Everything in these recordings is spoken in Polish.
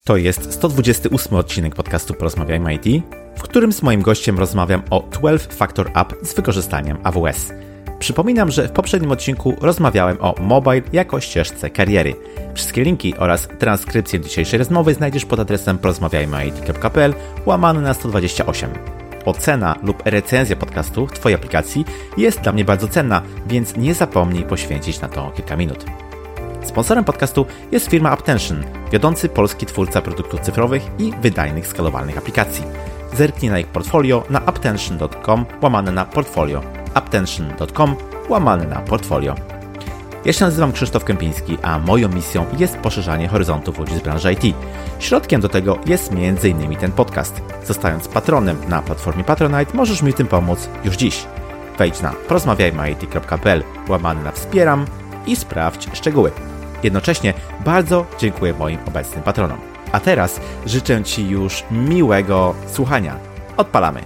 To jest 128 odcinek podcastu Porozmawiajmy IT, w którym z moim gościem rozmawiam o 12 Factor App z wykorzystaniem AWS. Przypominam, że w poprzednim odcinku rozmawiałem o mobile jako ścieżce kariery. Wszystkie linki oraz transkrypcję dzisiejszej rozmowy znajdziesz pod adresem porozmawiajmyit.pl/128. Ocena lub recenzja podcastu w Twojej aplikacji jest dla mnie bardzo cenna, więc nie zapomnij poświęcić na to kilka minut. Sponsorem podcastu jest firma Apptention, wiodący polski twórca produktów cyfrowych i wydajnych, skalowalnych aplikacji. Zerknij na ich portfolio na apptention.com/portfolio. apptention.com/portfolio. Ja się nazywam Krzysztof Kępiński, a moją misją jest poszerzanie horyzontów ludzi z branży IT. Środkiem do tego jest m.in. ten podcast. Zostając patronem na platformie Patronite, możesz mi w tym pomóc już dziś. Wejdź na porozmawiajmyit.pl/wspieram i sprawdź szczegóły. Jednocześnie bardzo dziękuję moim obecnym patronom. A teraz życzę Ci już miłego słuchania. Odpalamy!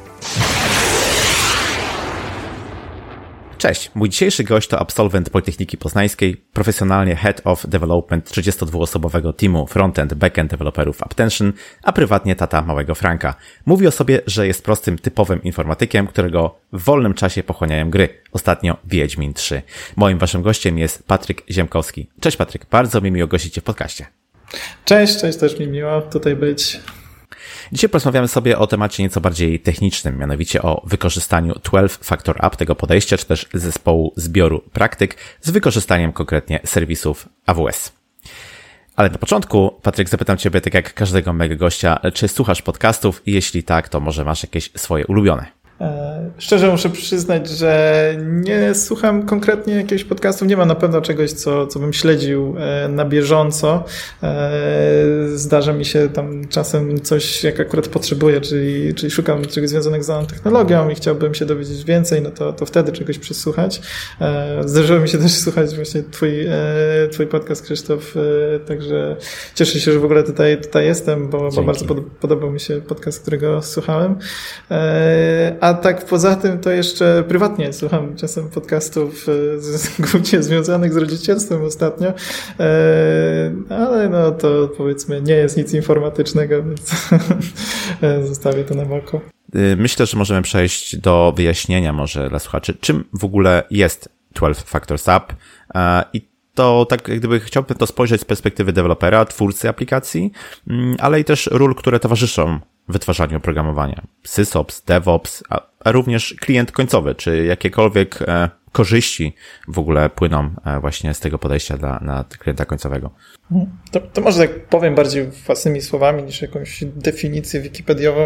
Cześć, mój dzisiejszy gość to absolwent Politechniki Poznańskiej, profesjonalnie Head of Development 32-osobowego teamu Frontend Backend deweloperów Apptention, a prywatnie tata małego Franka. Mówi o sobie, że jest prostym, typowym informatykiem, którego w wolnym czasie pochłaniają gry. Ostatnio Wiedźmin 3. Moim waszym gościem jest Patryk Ziemkowski. Cześć Patryk, bardzo mi miło gościć Cię w podcaście. Cześć, też mi miło tutaj być. Dzisiaj porozmawiamy sobie o temacie nieco bardziej technicznym, mianowicie o wykorzystaniu 12 Factor App, tego podejścia, czy też zespołu zbioru praktyk z wykorzystaniem konkretnie serwisów AWS. Ale na początku, Patryk, zapytam Ciebie, tak jak każdego mojego gościa, czy słuchasz podcastów i jeśli tak, to może masz jakieś swoje ulubione? Szczerze muszę przyznać, że nie słucham konkretnie jakiegoś podcastu, nie ma na pewno czegoś, co bym śledził na bieżąco. Zdarza mi się tam czasem coś, jak akurat potrzebuję, czyli szukam czegoś związanego z daną technologią i chciałbym się dowiedzieć więcej, no to wtedy czegoś przysłuchać. Zdarzyło mi się też słuchać właśnie twój podcast, Krzysztof, także cieszę się, że w ogóle tutaj jestem, bo bardzo podobał mi się podcast, którego słuchałem. A tak poza tym to jeszcze prywatnie słucham czasem podcastów głównie związanych z rodzicielstwem ostatnio, ale no to powiedzmy nie jest nic informatycznego, więc zostawię to na boku. Myślę, że możemy przejść do wyjaśnienia może dla słuchaczy, czym w ogóle jest 12 Factors App i to tak jak gdyby chciałbym to spojrzeć z perspektywy dewelopera, twórcy aplikacji, ale i też ról, które towarzyszą wytwarzaniu oprogramowania. SysOps, DevOps, a również klient końcowy, czy jakiekolwiek korzyści w ogóle płyną właśnie z tego podejścia na klienta końcowego. To może tak powiem bardziej własnymi słowami niż jakąś definicję wikipediową.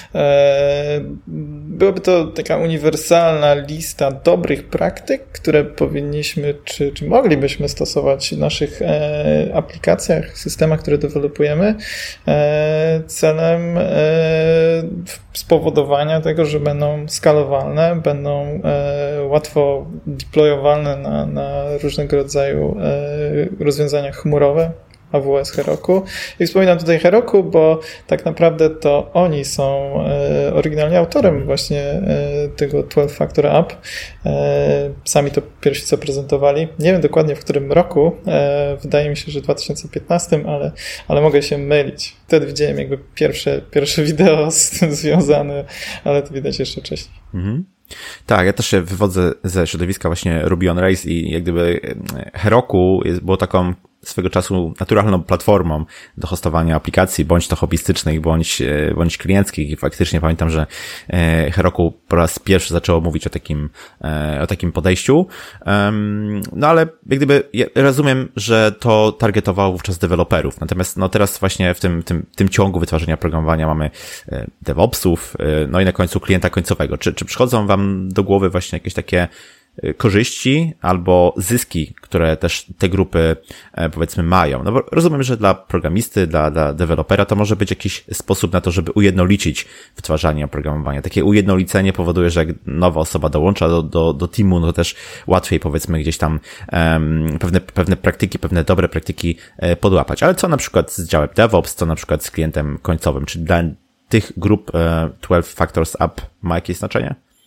Byłaby to taka uniwersalna lista dobrych praktyk, które powinniśmy, czy moglibyśmy stosować w naszych aplikacjach, systemach, które dewelopujemy, celem spowodowania tego, że będą skalowalne, będą łatwo deployowalne na różnego rodzaju rozwiązania chmurowe, AWS Heroku. I wspominam tutaj Heroku, bo tak naprawdę to oni są oryginalnie autorem właśnie tego 12 Factor App. Sami to pierwsi co prezentowali. Nie wiem dokładnie w którym roku. Wydaje mi się, że w 2015, ale mogę się mylić. Wtedy widziałem jakby pierwsze wideo z tym związane, ale to widać jeszcze wcześniej. Mhm. Tak, ja też się wywodzę ze środowiska właśnie Ruby on Rails i jak gdyby Heroku było taką swego czasu naturalną platformą do hostowania aplikacji, bądź to hobbystycznych, bądź klienckich i faktycznie pamiętam, że Heroku po raz pierwszy zaczęło mówić o takim podejściu. No ale jak gdyby ja rozumiem, że to targetowało wówczas deweloperów. Natomiast no teraz właśnie w tym ciągu wytwarzania programowania mamy DevOpsów, no i na końcu klienta końcowego. Czy przychodzą wam do głowy właśnie jakieś takie korzyści albo zyski, które też te grupy powiedzmy mają? No bo rozumiem, że dla programisty, dla dewelopera to może być jakiś sposób na to, żeby ujednolicić wytwarzanie oprogramowania. Takie ujednolicenie powoduje, że jak nowa osoba dołącza do teamu, no to też łatwiej powiedzmy gdzieś tam pewne praktyki, pewne dobre praktyki podłapać. Ale co na przykład z działem DevOps, co na przykład z klientem końcowym? Czy dla tych grup 12 Factors App ma jakieś znaczenie?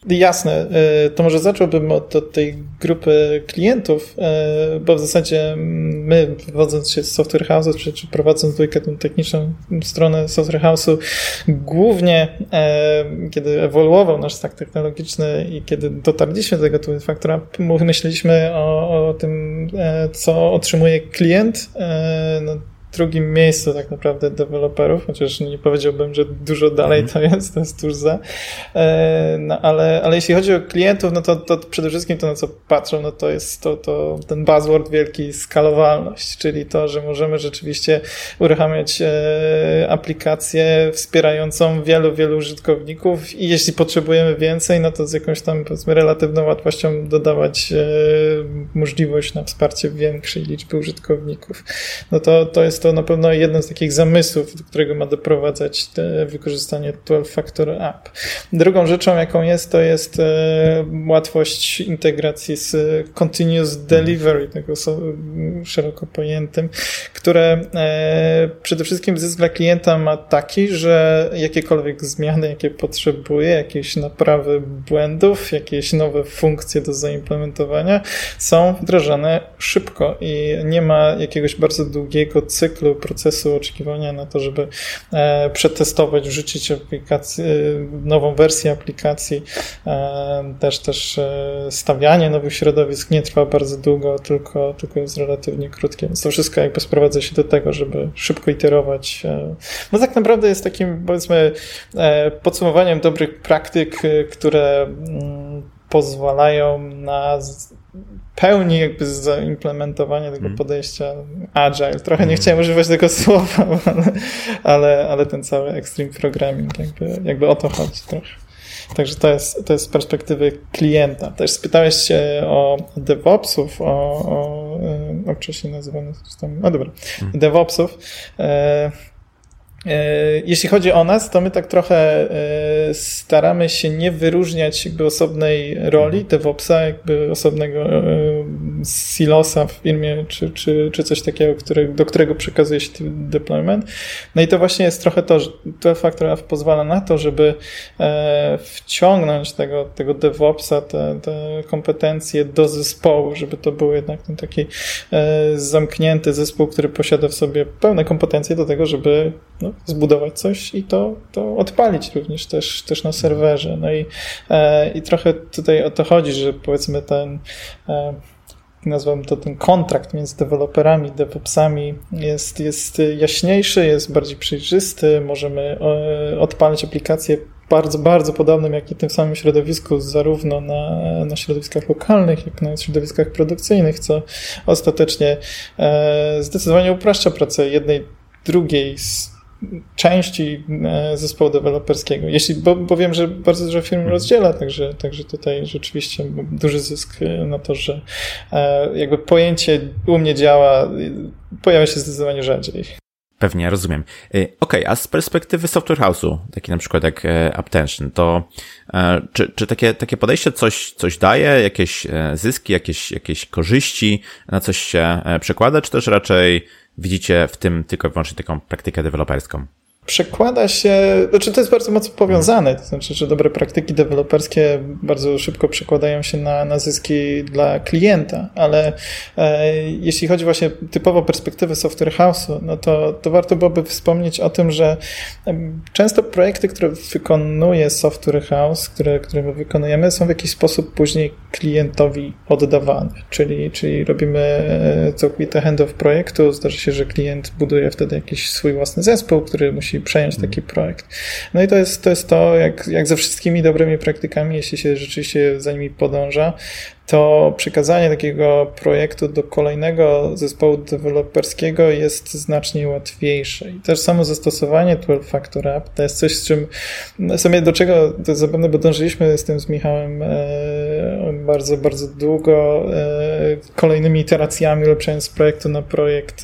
Jasne, to może zacząłbym od tej grupy klientów, bo w zasadzie my, wywodząc się z Software House'u, czy prowadząc dwójkę tą techniczną stronę Software House'u, głównie kiedy ewoluował nasz stack technologiczny i kiedy dotarliśmy do tego Twilfactor App, myśleliśmy o tym, co otrzymuje klient, drugim miejscu tak naprawdę deweloperów, chociaż nie powiedziałbym, że dużo dalej to jest tuż za. Ale jeśli chodzi o klientów, no to przede wszystkim to, na co patrzą, no to jest to ten buzzword wielki, skalowalność, czyli to, że możemy rzeczywiście uruchamiać aplikację wspierającą wielu użytkowników i jeśli potrzebujemy więcej, no to z jakąś tam, powiedzmy, relatywną łatwością dodawać możliwość na wsparcie większej liczby użytkowników. No to jest to na pewno jeden z takich zamysłów, do którego ma doprowadzać wykorzystanie 12-Factor App. Drugą rzeczą, jaką jest, to jest łatwość integracji z continuous delivery, tego szeroko pojętym, które przede wszystkim zysk dla klienta ma taki, że jakiekolwiek zmiany, jakie potrzebuje, jakieś naprawy błędów, jakieś nowe funkcje do zaimplementowania są wdrażane szybko i nie ma jakiegoś bardzo długiego cyklu, procesu oczekiwania na to, żeby przetestować, wrzucić nową wersję aplikacji. Też stawianie nowych środowisk nie trwa bardzo długo, tylko jest relatywnie krótkie. Więc to wszystko jakby sprowadza się do tego, żeby szybko iterować. No tak naprawdę jest takim, powiedzmy, podsumowaniem dobrych praktyk, które pozwalają na pełni jakby zaimplementowanie tego podejścia agile. Trochę nie chciałem używać tego słowa, ale ten cały extreme programming jakby o to chodzi trochę. Także to jest z perspektywy klienta. Też spytałeś się o DevOpsów, jak to się nazywa? DevOpsów. Jeśli chodzi o nas, to my tak trochę staramy się nie wyróżniać jakby osobnej roli DevOpsa, jakby osobnego silosa w firmie, czy coś takiego, do którego przekazuje się deployment. No i to właśnie jest trochę to, że 12-Factor App pozwala na to, żeby wciągnąć tego DevOpsa, te kompetencje do zespołu, żeby to był jednak ten taki zamknięty zespół, który posiada w sobie pełne kompetencje do tego, żeby zbudować coś i to odpalić również też na serwerze. No i trochę tutaj o to chodzi, że powiedzmy nazwałem to ten kontrakt między deweloperami, DevOpsami jest jaśniejszy, jest bardziej przejrzysty, możemy odpalić aplikacje bardzo, bardzo podobnym, jak i tym samym środowisku, zarówno na środowiskach lokalnych, jak i na środowiskach produkcyjnych, co ostatecznie zdecydowanie upraszcza pracę jednej, drugiej części zespołu deweloperskiego. Bo wiem, że bardzo dużo firm rozdziela, także tutaj rzeczywiście duży zysk na to, że jakby pojęcie u mnie działa, pojawia się zdecydowanie rzadziej. Pewnie, rozumiem. Okej, a z perspektywy Software House'u, taki na przykład jak Apptention, to czy takie podejście coś daje, jakieś zyski, jakieś korzyści, na coś się przekłada, czy też raczej widzicie w tym tylko i wyłącznie taką praktykę deweloperską? Przekłada się, to jest bardzo mocno powiązane, to znaczy, że dobre praktyki deweloperskie bardzo szybko przekładają się na zyski dla klienta, ale jeśli chodzi właśnie typowo o perspektywę Software House'u, no to warto byłoby wspomnieć o tym, że często projekty, które wykonuje Software House, które my wykonujemy, są w jakiś sposób później klientowi oddawane, czyli robimy całkowity handoff projektu, zdarzy się, że klient buduje wtedy jakiś swój własny zespół, który musi przejąć taki projekt. No i to jest to, jak ze wszystkimi dobrymi praktykami, jeśli się rzeczywiście za nimi podąża, to przekazanie takiego projektu do kolejnego zespołu deweloperskiego jest znacznie łatwiejsze. I też samo zastosowanie 12-Factor App to jest coś, z czym do czego to zapewne, bo dążyliśmy z tym z Michałem bardzo, bardzo długo, kolejnymi iteracjami, ulepszając z projektu na projekt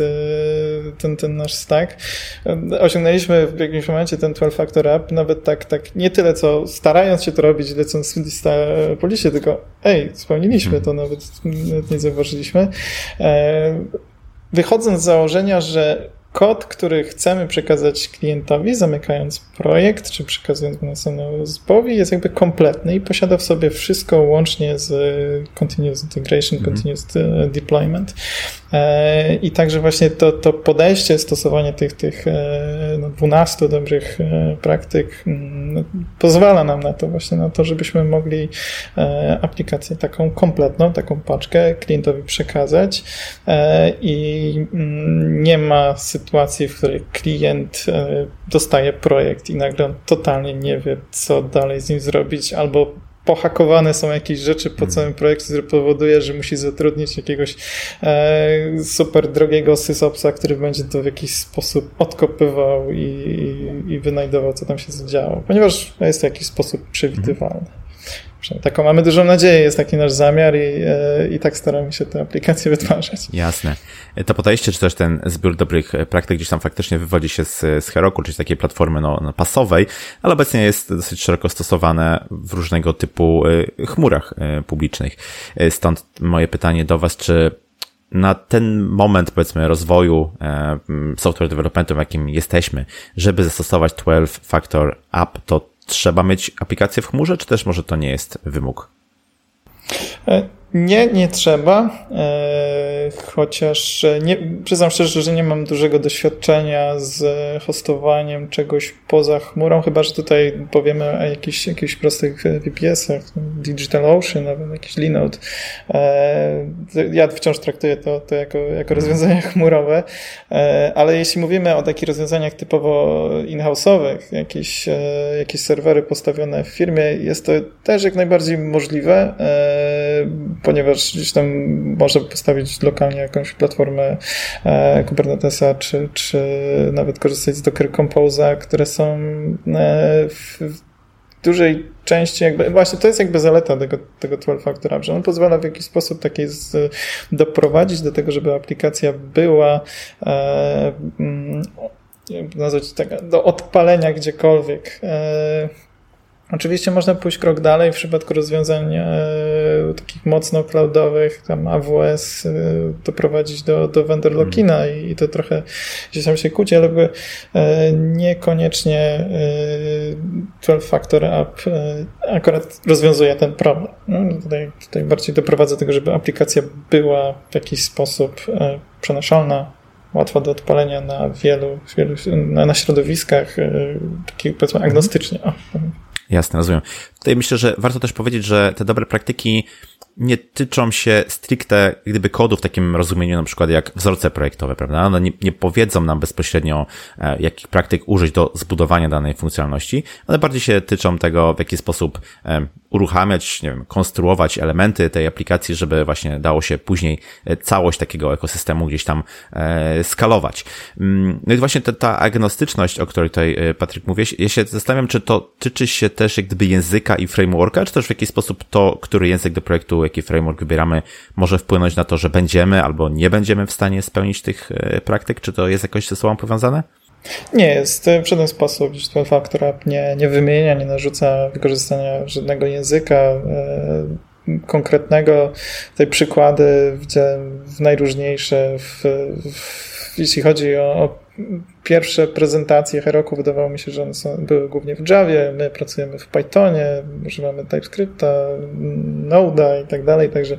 ten nasz stack. Osiągnęliśmy w jakimś momencie ten 12-Factor App, nawet tak nie tyle, co starając się to robić, lecąc po liście, tylko spełniliśmy to, nawet nie zauważyliśmy. Wychodząc z założenia, że kod, który chcemy przekazać klientowi, zamykając projekt, czy przekazując go następnemu zespołowi, jest jakby kompletny i posiada w sobie wszystko łącznie z continuous integration, continuous deployment. I także właśnie to podejście, stosowanie tych 12 dobrych praktyk pozwala nam na to właśnie, na to, żebyśmy mogli aplikację taką kompletną, taką paczkę klientowi przekazać i nie ma sytuacji, w której klient dostaje projekt i nagle on totalnie nie wie, co dalej z nim zrobić, albo pohakowane są jakieś rzeczy po całym projekcie, które powoduje, że musi zatrudnić jakiegoś super drogiego sysopsa, który będzie to w jakiś sposób odkopywał i wynajdował, co tam się zadziało, ponieważ jest to w jakiś sposób przewidywalne. Taką mamy dużą nadzieję, jest taki nasz zamiar i tak staramy się tę aplikację wytwarzać. Jasne. To podejście, czy też ten zbiór dobrych praktyk gdzieś tam faktycznie wywodzi się z Heroku, czyli z takiej platformy pasowej, ale obecnie jest dosyć szeroko stosowane w różnego typu chmurach publicznych. Stąd moje pytanie do Was, czy na ten moment, powiedzmy, rozwoju software developmentu, w jakim jesteśmy, żeby zastosować 12-factor app, to trzeba mieć aplikację w chmurze, czy też może to nie jest wymóg? Nie trzeba, chociaż przyznam szczerze, że nie mam dużego doświadczenia z hostowaniem czegoś poza chmurą, chyba że tutaj powiemy o jakichś prostych VPS-ach, DigitalOcean, nawet jakiś Linode. Ja wciąż traktuję to jako rozwiązania chmurowe, ale jeśli mówimy o takich rozwiązaniach typowo in-house'owych, jakieś serwery postawione w firmie, jest to też jak najbardziej możliwe, ponieważ gdzieś tam można postawić lokalnie jakąś platformę Kubernetesa, czy nawet korzystać z Docker Compose'a, które są w dużej części właśnie to jest jakby zaleta tego 12-factor app, że on pozwala w jakiś sposób takiej doprowadzić do tego, żeby aplikacja była nazwać tak, do odpalenia gdziekolwiek. Oczywiście można pójść krok dalej w przypadku rozwiązań takich mocno cloudowych, tam AWS doprowadzić do vendor lock-ina i to trochę gdzieś tam się kłóci, ale niekoniecznie 12-factor app akurat rozwiązuje ten problem. No, tutaj bardziej doprowadza do tego, żeby aplikacja była w jakiś sposób przenoszalna, łatwo do odpalenia na środowiskach, takich powiedzmy agnostycznie. Jasne, rozumiem. Tutaj myślę, że warto też powiedzieć, że te dobre praktyki nie tyczą się stricte gdyby kodu w takim rozumieniu na przykład jak wzorce projektowe, prawda? One nie powiedzą nam bezpośrednio, jakich praktyk użyć do zbudowania danej funkcjonalności, ale bardziej się tyczą tego, w jaki sposób uruchamiać, nie wiem, konstruować elementy tej aplikacji, żeby właśnie dało się później całość takiego ekosystemu gdzieś tam skalować. No i właśnie ta agnostyczność, o której tutaj Patryk mówiłeś, ja się zastanawiam, czy to tyczy się też jak gdyby języka i frameworka, czy też w jaki sposób to, który język do projektu, jaki framework wybieramy, może wpłynąć na to, że będziemy albo nie będziemy w stanie spełnić tych praktyk? Czy to jest jakoś ze sobą powiązane? Nie jest. W żaden sposób 12-factor app nie wymienia, nie narzuca wykorzystania żadnego języka konkretnego. Tutaj przykłady widziałem najróżniejsze. Jeśli chodzi o pierwsze prezentacje Heroku, wydawało mi się, że one były głównie w Javie, my pracujemy w Pythonie, używamy TypeScripta, Node'a i tak dalej, także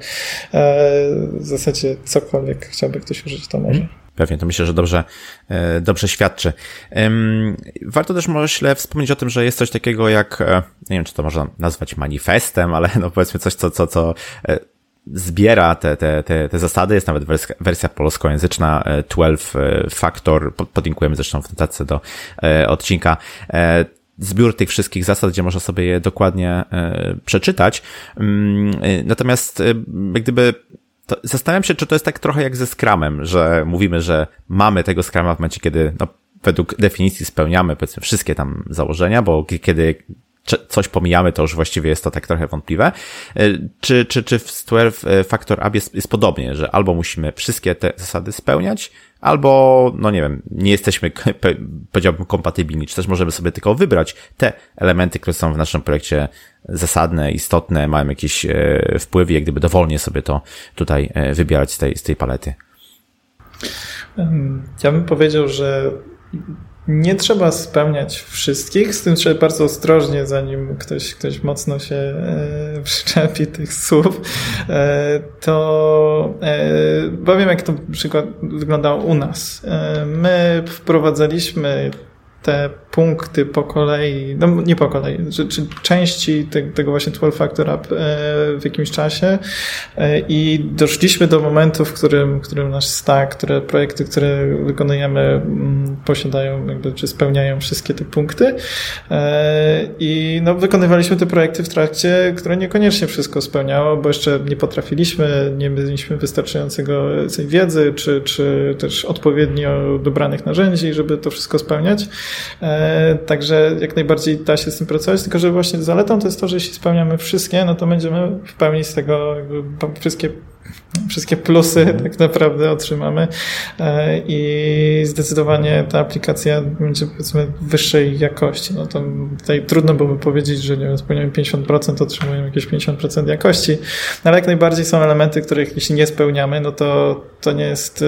w zasadzie cokolwiek chciałby ktoś użyć, to może. Pewnie, to myślę, że dobrze świadczy. Warto też myślę wspomnieć o tym, że jest coś takiego jak, nie wiem, czy to można nazwać manifestem, ale no powiedzmy coś, co zbiera te zasady. Jest nawet wersja polskojęzyczna 12-factor, podlinkujemy zresztą w notatce do odcinka. Zbiór tych wszystkich zasad, gdzie można sobie je dokładnie przeczytać. Natomiast jak gdyby zastanawiam się, czy to jest tak trochę jak ze Scrumem, że mówimy, że mamy tego Scruma w momencie, kiedy według definicji spełniamy powiedzmy wszystkie tam założenia, bo kiedy coś pomijamy, to już właściwie jest to tak trochę wątpliwe. Czy w 12-factor app jest podobnie, że albo musimy wszystkie te zasady spełniać, albo, no nie wiem, nie jesteśmy, powiedziałbym, kompatybilni, czy też możemy sobie tylko wybrać te elementy, które są w naszym projekcie zasadne, istotne, mają jakiś wpływ i jak gdyby dowolnie sobie to tutaj wybierać z tej palety. Ja bym powiedział, że nie trzeba spełniać wszystkich, z tym trzeba bardzo ostrożnie, zanim ktoś mocno się przyczepi tych słów, to powiem, jak to przykład wyglądało u nas. My wprowadzaliśmy te punkty po kolei, no nie po kolei, czy części tego właśnie 12-factor app w jakimś czasie i doszliśmy do momentu, w którym nasz stack, które projekty, które wykonujemy, posiadają jakby, czy spełniają wszystkie te punkty i no wykonywaliśmy te projekty w trakcie, które niekoniecznie wszystko spełniało, bo jeszcze nie potrafiliśmy, nie mieliśmy wystarczającego wiedzy, czy też odpowiednio dobranych narzędzi, żeby to wszystko spełniać. Także jak najbardziej da się z tym pracować, tylko że właśnie zaletą to jest to, że jeśli spełniamy wszystkie, no to będziemy w pełni z tego wszystkie plusy tak naprawdę otrzymamy i zdecydowanie ta aplikacja będzie, powiedzmy, wyższej jakości. No to tutaj trudno byłoby powiedzieć, że nie wiem, spełniamy 50%, otrzymujemy jakieś 50% jakości, ale jak najbardziej są elementy, których jeśli nie spełniamy, no to nie jest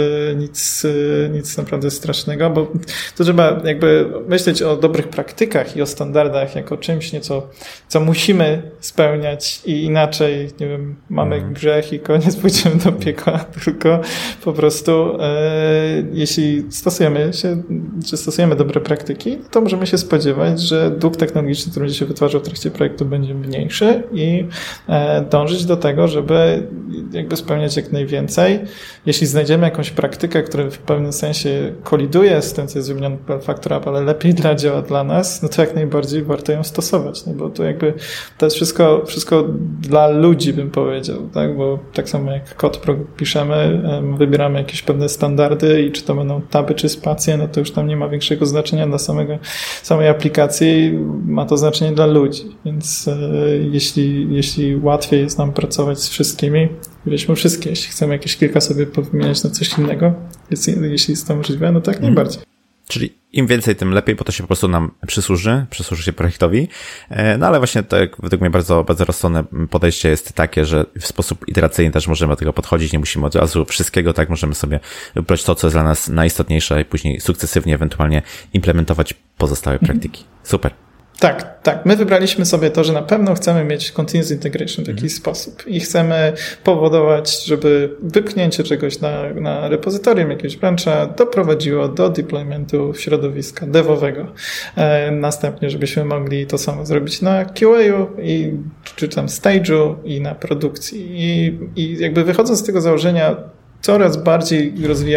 nic naprawdę strasznego, bo to trzeba jakby myśleć o dobrych praktykach i o standardach jako czymś nieco, co musimy spełniać i inaczej, nie wiem, mamy grzech i koniec, pójdziemy do piekła, tylko po prostu jeśli stosujemy dobre praktyki, to możemy się spodziewać, że dług technologiczny, który będzie się wytwarzał w trakcie projektu, będzie mniejszy i dążyć do tego, żeby jakby spełniać jak najwięcej. Jeśli znajdziemy jakąś praktykę, która w pewnym sensie koliduje z tym, co jest wymienione Factor App, ale lepiej działa dla nas, no to jak najbardziej warto ją stosować, no bo to jakby to jest wszystko dla ludzi, bym powiedział, tak? Bo tak samo jak kod piszemy, wybieramy jakieś pewne standardy i czy to będą taby, czy spacje, no to już tam nie ma większego znaczenia dla samej aplikacji, ma to znaczenie dla ludzi, więc jeśli łatwiej jest nam pracować z wszystkimi, weźmy wszystkie, jeśli chcemy jakieś kilka sobie powymieniać na coś innego, jeśli jest to możliwe, no tak najbardziej. Czyli im więcej, tym lepiej, bo to się po prostu nam przysłuży się projektowi. No ale właśnie to, jak według mnie bardzo, bardzo rozsądne podejście jest takie, że w sposób iteracyjny też możemy do tego podchodzić, nie musimy od razu wszystkiego, tak, możemy sobie wybrać to, co jest dla nas najistotniejsze i później sukcesywnie ewentualnie implementować pozostałe praktyki. Super. Tak. My wybraliśmy sobie to, że na pewno chcemy mieć continuous integration w jakiś sposób i chcemy powodować, żeby wypchnięcie czegoś na repozytorium jakiegoś brancha doprowadziło do deploymentu środowiska devowego. Następnie, żebyśmy mogli to samo zrobić na QA-u czy tam stage'u i na produkcji. I jakby wychodząc z tego założenia, coraz bardziej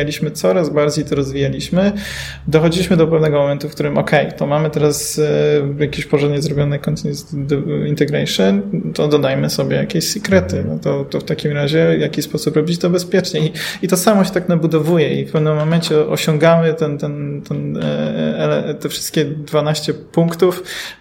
to rozwijaliśmy. Dochodziliśmy do pewnego momentu, w którym to mamy teraz jakieś porządnie zrobione continuous integration, to dodajmy sobie jakieś sekrety. No to w takim razie w jaki sposób robić to bezpiecznie. I to samo się tak nabudowuje i w pewnym momencie osiągamy te wszystkie 12 punktów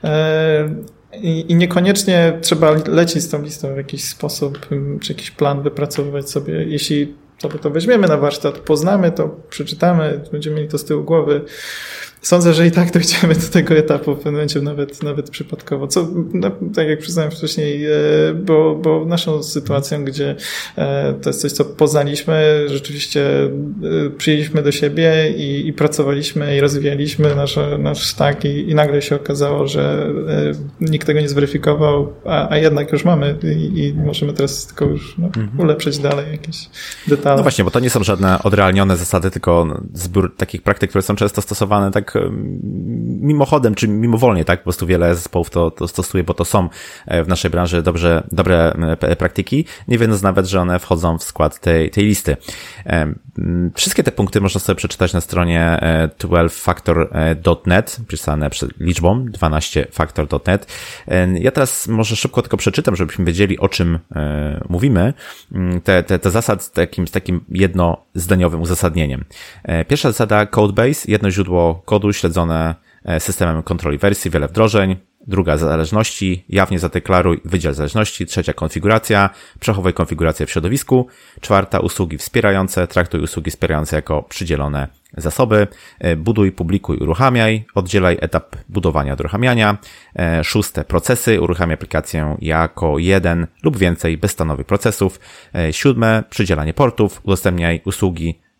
i niekoniecznie trzeba lecieć z tą listą w jakiś sposób, czy jakiś plan wypracowywać sobie. Jeśli to weźmiemy na warsztat, poznamy to, przeczytamy, będziemy mieli to z tyłu głowy. Sądzę, że i tak dojdziemy do tego etapu w pewnym momencie nawet przypadkowo. Co, no, tak jak przyznałem wcześniej, bo naszą sytuacją, gdzie to jest coś, co poznaliśmy, rzeczywiście przyjęliśmy do siebie i pracowaliśmy i rozwijaliśmy nasz stack i nagle się okazało, że nikt tego nie zweryfikował, a jednak już mamy i możemy teraz tylko już ulepszyć dalej jakieś detale. No właśnie, bo to nie są żadne odrealnione zasady, tylko zbiór takich praktyk, które są często stosowane tak mimochodem, czy mimowolnie, tak? Po prostu wiele zespołów to stosuje, bo to są w naszej branży dobre praktyki, nie wiedząc nawet, że one wchodzą w skład tej listy. Wszystkie te punkty można sobie przeczytać na stronie 12factor.net, pisane liczbą 12factor.net. Ja teraz może szybko tylko przeczytam, żebyśmy wiedzieli, o czym mówimy. Te zasady z takim jednozdaniowym uzasadnieniem. Pierwsza zasada Codebase, jedno źródło kodu śledzone systemem kontroli wersji, wiele wdrożeń. Druga, zależności, jawnie zadeklaruj wydział zależności. Trzecia, konfiguracja, przechowaj konfigurację w środowisku. Czwarta, usługi wspierające, traktuj usługi wspierające jako przydzielone zasoby. Buduj, publikuj, uruchamiaj, oddzielaj etap budowania od uruchamiania. Szóste, procesy, uruchamiaj aplikację jako jeden lub więcej bezstanowych procesów. Siódme, przydzielanie portów, udostępniaj usługi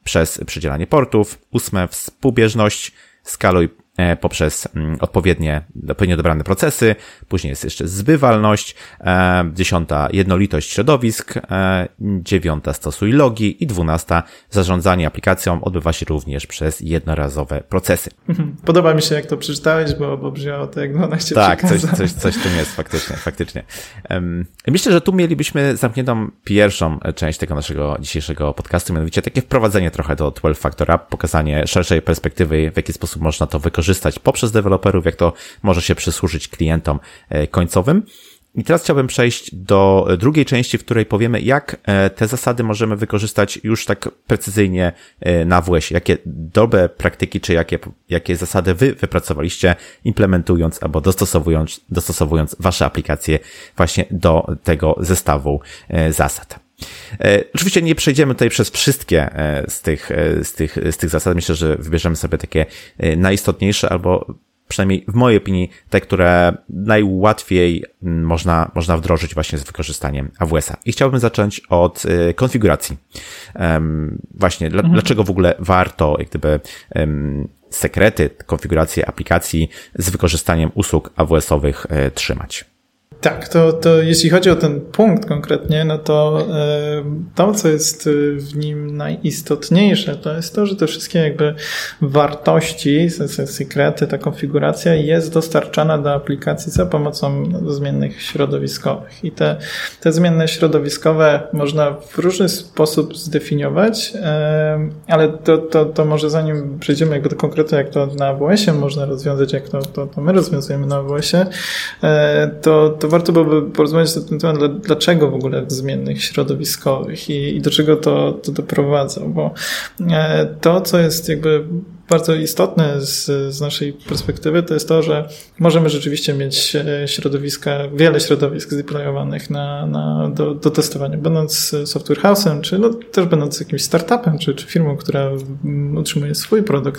przez przydzielanie portów. 8. Współbieżność. Skaluj poprzez odpowiednio dobrane procesy. Później jest jeszcze zbywalność. 10. Jednolitość środowisk. 9. Stosuj logi. I 12. Zarządzanie aplikacją odbywa się również przez jednorazowe procesy. Podoba mi się, jak to przeczytałeś, bo brzmiało to, jak 12 Tak, coś w tym jest faktycznie. Myślę, że tu mielibyśmy zamkniętą pierwszą część tego naszego dzisiejszego podcastu, mianowicie takie wprowadzenie trochę do 12 Factor App, pokazanie szerszej perspektywy, w jaki sposób można to wykorzystać poprzez deweloperów, jak to może się przysłużyć klientom końcowym. I teraz chciałbym przejść do drugiej części, w której powiemy, jak te zasady możemy wykorzystać już tak precyzyjnie na AWS-ie. Jakie dobre praktyki, czy jakie zasady wy wypracowaliście, implementując albo dostosowując wasze aplikacje właśnie do tego zestawu zasad. Oczywiście nie przejdziemy tutaj przez wszystkie z tych zasad. Myślę, że wybierzemy sobie takie najistotniejsze albo przynajmniej w mojej opinii te, które najłatwiej można wdrożyć właśnie z wykorzystaniem AWS-a. I chciałbym zacząć od konfiguracji. Właśnie, dlaczego w ogóle warto jak gdyby sekrety, konfiguracje aplikacji z wykorzystaniem usług AWS-owych trzymać. Tak, to jeśli chodzi o ten punkt konkretnie, no to co jest w nim najistotniejsze, to jest to, że te wszystkie jakby wartości, sekrety, ta konfiguracja jest dostarczana do aplikacji za pomocą zmiennych środowiskowych. I te zmienne środowiskowe można w różny sposób zdefiniować, ale to może zanim przejdziemy jakby do konkretu, jak to na AWS-ie można rozwiązać, jak to my rozwiązujemy na AWS-ie, to warto byłoby porozmawiać na ten temat, dlaczego w ogóle zmiennych środowiskowych i do czego to doprowadza, bo to, co jest jakby bardzo istotne z naszej perspektywy, to jest to, że możemy rzeczywiście mieć wiele środowisk zdeployowanych do testowania, będąc software house'em, czy też będąc jakimś startupem, czy firmą, która utrzymuje swój produkt.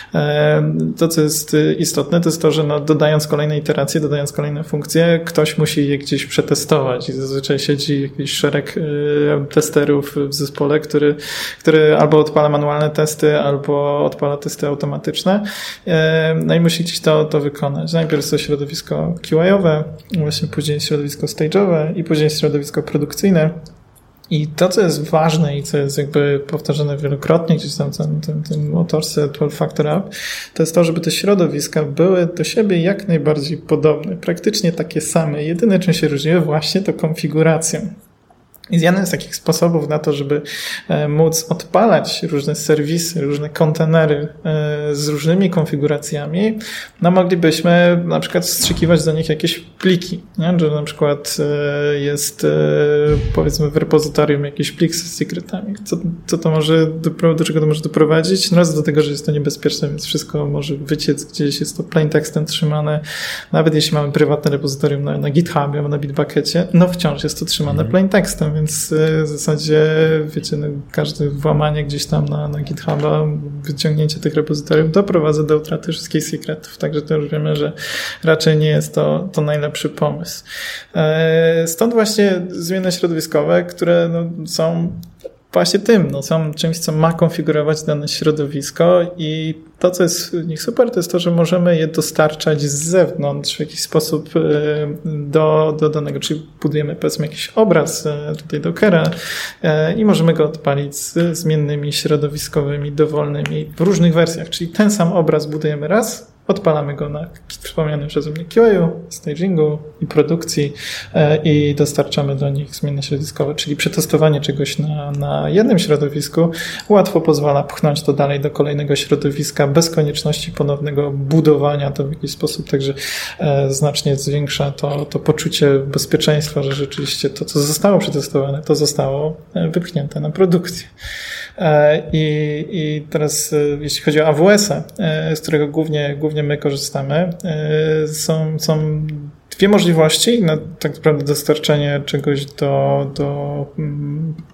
To, co jest istotne, to jest to, że dodając kolejne iteracje, dodając kolejne funkcje, ktoś musi je gdzieś przetestować i zazwyczaj siedzi jakiś szereg testerów w zespole, który albo odpala manualne testy, albo odpala testy automatyczne, no i musi gdzieś to wykonać. Najpierw jest to środowisko QA-owe, właśnie później środowisko stage'owe i później środowisko produkcyjne. I to, co jest ważne i co jest jakby powtarzane wielokrotnie gdzieś tam w tym autorstwie 12 Factor App, to jest to, żeby te środowiska były do siebie jak najbardziej podobne, praktycznie takie same. Jedyne, czym się różniły, właśnie to konfiguracją. I jeden z takich sposobów na to, żeby móc odpalać różne serwisy, różne kontenery z różnymi konfiguracjami, no moglibyśmy na przykład wstrzykiwać do nich jakieś pliki, nie? Że na przykład jest powiedzmy w repozytorium jakiś plik z sekretami. Co to może, do czego to może doprowadzić? No raz do tego, że jest to niebezpieczne, więc wszystko może wyciec gdzieś, jest to plain tekstem trzymane. Nawet jeśli mamy prywatne repozytorium na GitHubie albo na Bitbuckecie, no wciąż jest to trzymane plain tekstem, więc w zasadzie, wiecie, no, każde włamanie gdzieś tam na GitHuba, wyciągnięcie tych repozytoriów doprowadza do utraty wszystkich sekretów. Także to już wiemy, że raczej nie jest to najlepszy pomysł. Stąd właśnie zmienne środowiskowe, które są właśnie są czymś, co ma konfigurować dane środowisko i to, co jest w nich super, to jest to, że możemy je dostarczać z zewnątrz w jakiś sposób do danego, czyli budujemy powiedzmy jakiś obraz tutaj Dockera i możemy go odpalić z zmiennymi środowiskowymi, dowolnymi w różnych wersjach, czyli ten sam obraz budujemy raz, odpalamy go na wspomnianym przeze mnie QA, stagingu i produkcji i dostarczamy do nich zmienne środowiskowe, czyli przetestowanie czegoś na jednym środowisku łatwo pozwala pchnąć to dalej do kolejnego środowiska bez konieczności ponownego budowania to w jakiś sposób, także znacznie zwiększa to poczucie bezpieczeństwa, że rzeczywiście to, co zostało przetestowane, to zostało wypchnięte na produkcję. I teraz jeśli chodzi o AWS-a, z którego głównie my korzystamy, są dwie możliwości na tak naprawdę dostarczenie czegoś do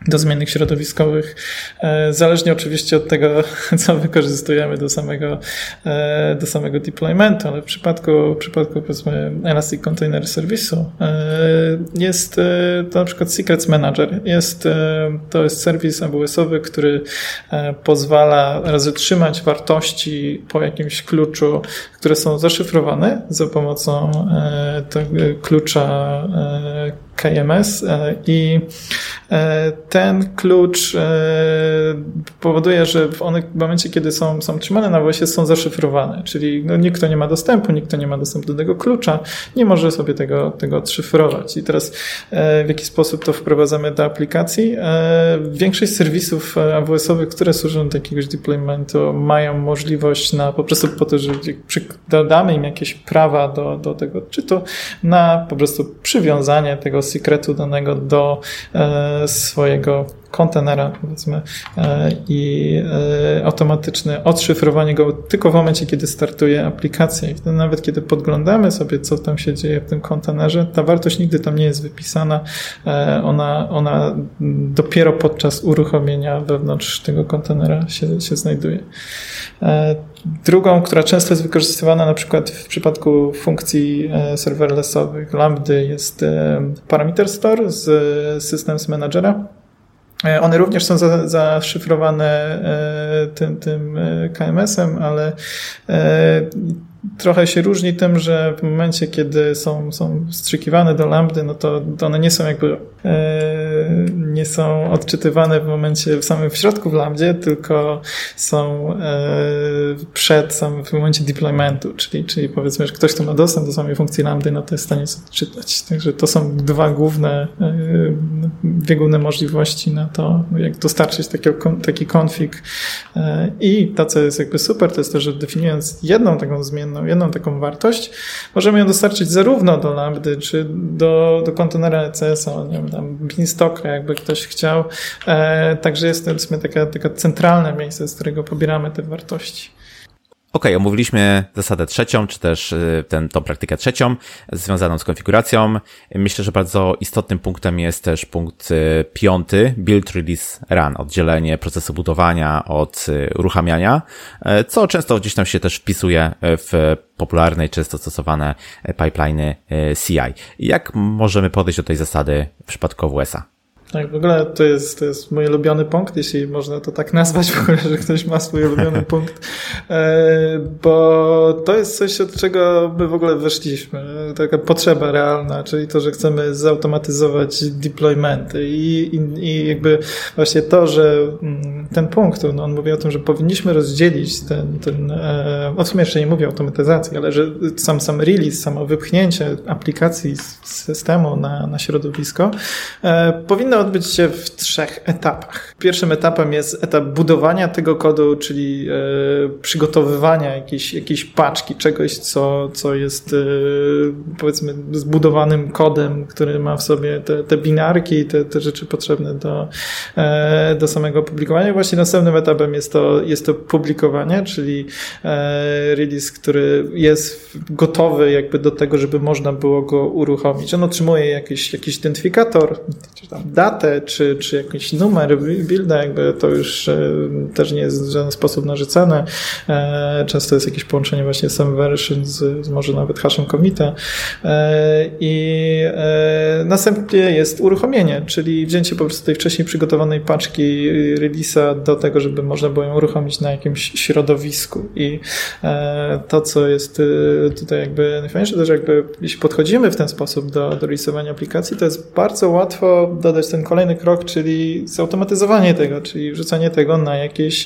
do zmiennych środowiskowych, zależnie oczywiście od tego, co wykorzystujemy do samego deploymentu, ale w przypadku powiedzmy Elastic Container Service'u jest to na przykład Secrets Manager. To jest serwis AWS-owy, który pozwala zatrzymać wartości po jakimś kluczu, które są zaszyfrowane za pomocą tego klucza KMS i ten klucz powoduje, że one w momencie, kiedy są trzymane na AWS-ie, są zaszyfrowane, czyli nikt, kto nie ma dostępu, nikt, kto nie ma dostępu do tego klucza, nie może sobie tego odszyfrować. I teraz w jaki sposób to wprowadzamy do aplikacji? Większość serwisów AWS-owych, które służą do jakiegoś deploymentu, mają możliwość po prostu po to, że dodamy im jakieś prawa do tego, czy to na po prostu przywiązanie tego sekretu danego do swojego kontenera, powiedzmy, i automatyczne odszyfrowanie go tylko w momencie, kiedy startuje aplikacja. I wtedy nawet kiedy podglądamy sobie, co tam się dzieje w tym kontenerze, ta wartość nigdy tam nie jest wypisana. Ona dopiero podczas uruchomienia wewnątrz tego kontenera się znajduje. Drugą, która często jest wykorzystywana na przykład w przypadku funkcji serverlessowych, Lambdy, jest Parameter Store z Systems Managera. One również są zaszyfrowane tym KMS-em, ale trochę się różni tym, że w momencie, kiedy są wstrzykiwane do Lambdy, no to one nie są nie są odczytywane w samym środku w Lambdzie, tylko są w momencie deploymentu, czyli powiedzmy, że ktoś, kto ma dostęp do samej funkcji Lambdy, no to jest w stanie sobie odczytać. Także to są dwie główne możliwości na to, jak dostarczyć taki config. I to, co jest jakby super, to jest to, że definiując jedną taką zmienną, jedną taką wartość, możemy ją dostarczyć zarówno do Lambdy, czy do kontenera ECS-a, nie wiem, tam Beanstalka, jakby ktoś chciał. Także jest to w sumie taka centralne miejsce, z którego pobieramy te wartości. Okej, omówiliśmy zasadę trzecią, czy też tą praktykę trzecią związaną z konfiguracją. Myślę, że bardzo istotnym punktem jest też punkt 5, build, release, run, oddzielenie procesu budowania od uruchamiania, co często gdzieś tam się też wpisuje w popularne i często stosowane pipeliny CI. Jak możemy podejść do tej zasady w przypadku AWS-a? Tak, w ogóle to jest mój ulubiony punkt, jeśli można to tak nazwać w ogóle, że ktoś ma swój ulubiony punkt, bo to jest coś, od czego my w ogóle wyszliśmy, taka potrzeba realna, czyli to, że chcemy zautomatyzować deploymenty i jakby właśnie to, że ten punkt, on mówi o tym, że powinniśmy rozdzielić w sumie jeszcze nie mówię o automatyzacji, ale że sam release, samo wypchnięcie aplikacji z systemu na środowisko powinno odbyć się w 3 etapach. Pierwszym etapem jest etap budowania tego kodu, czyli przygotowywania jakiejś paczki, czegoś, co jest powiedzmy zbudowanym kodem, który ma w sobie te binarki, te rzeczy potrzebne do samego publikowania. Właśnie następnym etapem jest to publikowanie, czyli release, który jest gotowy jakby do tego, żeby można było go uruchomić. On otrzymuje jakiś identyfikator, czy tam datę, czy jakiś numer builda, jakby to już też nie jest w żaden sposób narzucane. Często jest jakieś połączenie właśnie some version z może nawet hashem commita. I następnie jest uruchomienie, czyli wzięcie po prostu tej wcześniej przygotowanej paczki release'a do tego, żeby można było ją uruchomić na jakimś środowisku. I to, co jest tutaj jakby najfajniejsze, to że jakby jeśli podchodzimy w ten sposób do releasowania aplikacji, to jest bardzo łatwo dodać ten kolejny krok, czyli zautomatyzowanie tego, czyli wrzucanie tego na jakieś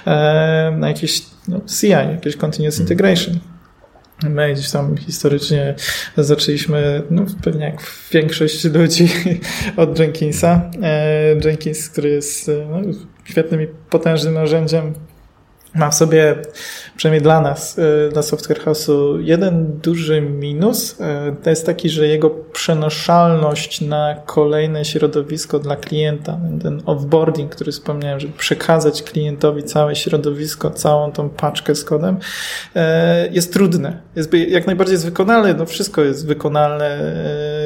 CI, jakieś Continuous Integration. My gdzieś tam historycznie zaczęliśmy, pewnie jak większość ludzi, od Jenkinsa. Jenkins, który jest świetnym i potężnym narzędziem, ma w sobie, przynajmniej dla nas, dla Software House'u, jeden duży minus. To jest taki, że jego przenoszalność na kolejne środowisko dla klienta, ten offboarding, który wspomniałem, żeby przekazać klientowi całe środowisko, całą tą paczkę z kodem, jest trudne. Jak najbardziej jest wykonalne, wszystko jest wykonalne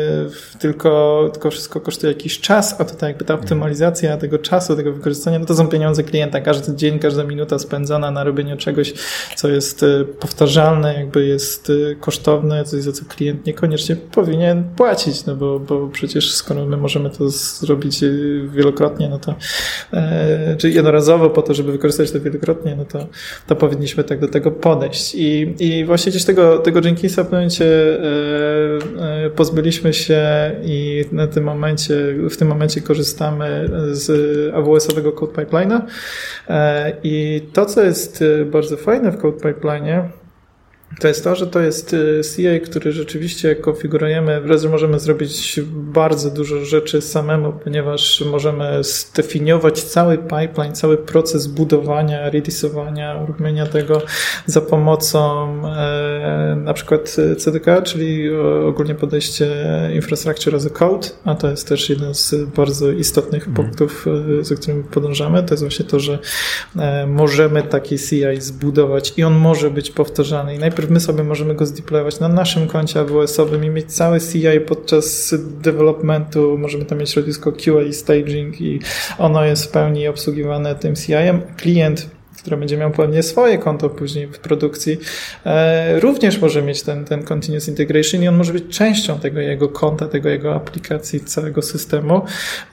tylko wszystko kosztuje jakiś czas, a tutaj jakby ta optymalizacja tego czasu, tego wykorzystania, no to są pieniądze klienta. Każdy dzień, każda minuta spędzona na robienie czegoś, co jest powtarzalne, jakby jest kosztowne, coś za co klient niekoniecznie powinien płacić, no bo przecież skoro my możemy to zrobić wielokrotnie, no to czy jednorazowo po to, żeby wykorzystać to wielokrotnie, no to powinniśmy tak do tego podejść. I właśnie gdzieś tego Jenkinsa w pewnym momencie pozbyliśmy się i w tym momencie korzystamy z AWS-owego Code Pipeline'a. I to, co jest bardzo fajne w Code Pipeline'ie, to jest to, że to jest CI, który rzeczywiście konfigurujemy, wręcz możemy zrobić bardzo dużo rzeczy samemu, ponieważ możemy zdefiniować cały pipeline, cały proces budowania, release'owania, uruchomienia tego za pomocą na przykład CDK, czyli ogólnie podejście Infrastructure as a Code, a to jest też jeden z bardzo istotnych punktów, za którym podążamy. To jest właśnie to, że możemy taki CI zbudować i on może być powtarzany. I najpierw my sobie możemy go zdeployować na naszym koncie AWS-owym i mieć cały CI podczas developmentu. Możemy tam mieć środowisko QA i staging i ono jest w pełni obsługiwane tym CI-em. Klient, który będzie miał pewnie swoje konto później w produkcji, również może mieć ten continuous integration i on może być częścią tego jego konta, tego jego aplikacji, całego systemu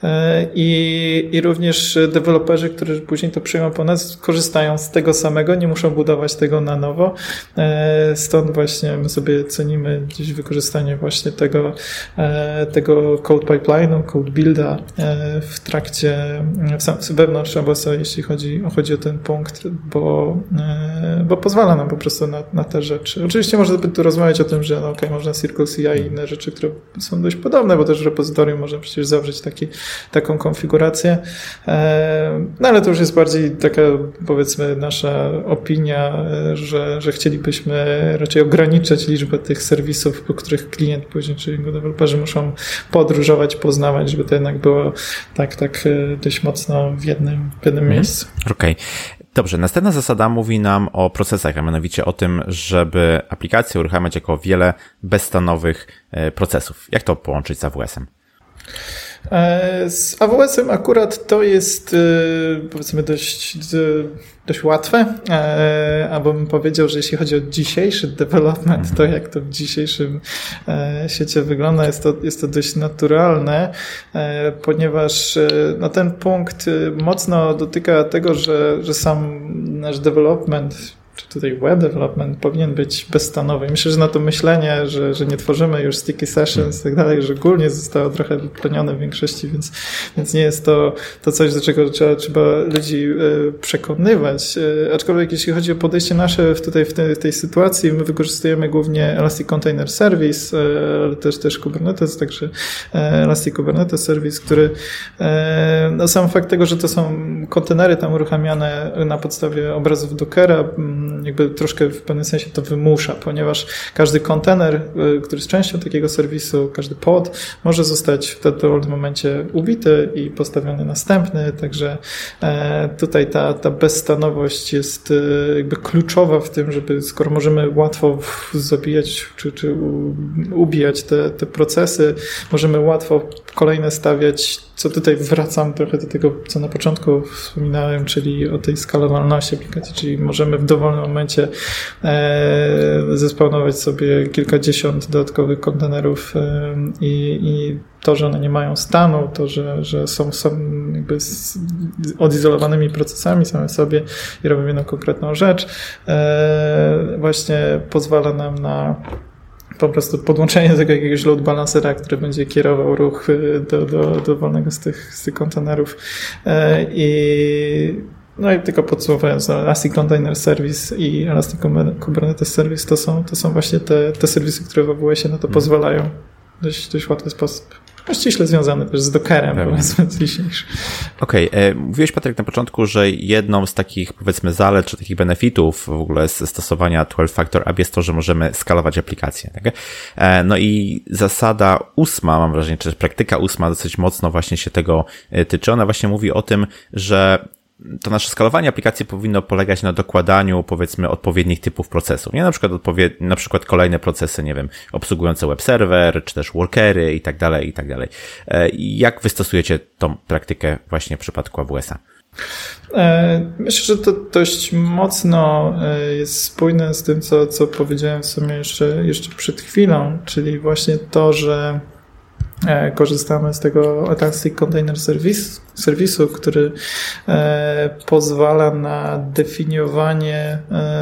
i również deweloperzy, którzy później to przyjmą po nas, korzystają z tego samego, nie muszą budować tego na nowo. Stąd właśnie my sobie cenimy gdzieś wykorzystanie właśnie tego code pipeline'u, code builda w trakcie, wewnątrz AWS-a, jeśli chodzi o ten punkt, bo pozwala nam po prostu na te rzeczy. Oczywiście można by tu rozmawiać o tym, że można Circle CI i inne rzeczy, które są dość podobne, bo też w repozytorium można przecież zawrzeć taką konfigurację, no ale to już jest bardziej taka, powiedzmy, nasza opinia, że chcielibyśmy raczej ograniczać liczbę tych serwisów, po których klient później, czy jego deweloperzy muszą podróżować, poznawać, żeby to jednak było tak dość mocno w jednym miejscu. Okej. Dobrze, następna zasada mówi nam o procesach, a mianowicie o tym, żeby aplikację uruchamiać jako wiele bezstanowych procesów. Jak to połączyć z AWS-em? Z AWS-em akurat to jest, powiedzmy, dość łatwe, albo bym powiedział, że jeśli chodzi o dzisiejszy development, to jak to w dzisiejszym świecie wygląda, jest to dość naturalne, ponieważ ten punkt mocno dotyka tego, że sam nasz development, czy tutaj web development powinien być bezstanowy. Myślę, że na to myślenie, że nie tworzymy już sticky sessions i tak dalej, że ogólnie zostało trochę wyplenione w większości, więc nie jest to coś, do czego trzeba ludzi przekonywać. Aczkolwiek jeśli chodzi o podejście nasze w tej sytuacji, my wykorzystujemy głównie Elastic Container Service, ale też Kubernetes, także Elastic Kubernetes Service, który sam fakt tego, że to są kontenery tam uruchamiane na podstawie obrazów Dockera, jakby troszkę w pewnym sensie to wymusza, ponieważ każdy kontener, który jest częścią takiego serwisu, każdy pod może zostać w dowolnym momencie ubity i postawiony następny, także tutaj ta bezstanowość jest jakby kluczowa w tym, żeby skoro możemy łatwo zabijać czy ubijać te procesy, możemy łatwo kolejne stawiać, co tutaj wracam trochę do tego, co na początku wspominałem, czyli o tej skalowalności aplikacji, czyli możemy w dowolnym momencie zespawnować sobie kilkadziesiąt dodatkowych kontenerów i to, że one nie mają stanu, to, że są jakby odizolowanymi procesami same sobie i robią jedną konkretną rzecz, właśnie pozwala nam na po prostu podłączenie do tego jakiegoś load balancera, który będzie kierował ruch do dowolnego z tych kontenerów. I tylko podsumowując, Elastic Container Service i Elastic Kubernetes Service to są właśnie te serwisy, które w AWS-ie na to pozwalają w dość łatwy sposób. Ściśle związany też z Dockerem, powiedzmy, dzisiejszy. Okej. Mówiłeś, Patryk, na początku, że jedną z takich, powiedzmy, zalet, czy takich benefitów w ogóle z stosowania 12-Factor App jest to, że możemy skalować aplikacje. Tak? No i zasada 8, mam wrażenie, czy praktyka 8 dosyć mocno właśnie się tego tyczy. Ona właśnie mówi o tym, że to nasze skalowanie aplikacji powinno polegać na dokładaniu, powiedzmy, odpowiednich typów procesów. Nie, na przykład kolejne procesy, nie wiem, obsługujące web server, czy też workery i tak dalej, i tak dalej. Jak wy stosujecie tą praktykę właśnie w przypadku AWS-a? Myślę, że to dość mocno jest spójne z tym, co powiedziałem w sumie jeszcze przed chwilą, czyli właśnie to, że korzystamy z tego Elastic Container serwisu, który pozwala na definiowanie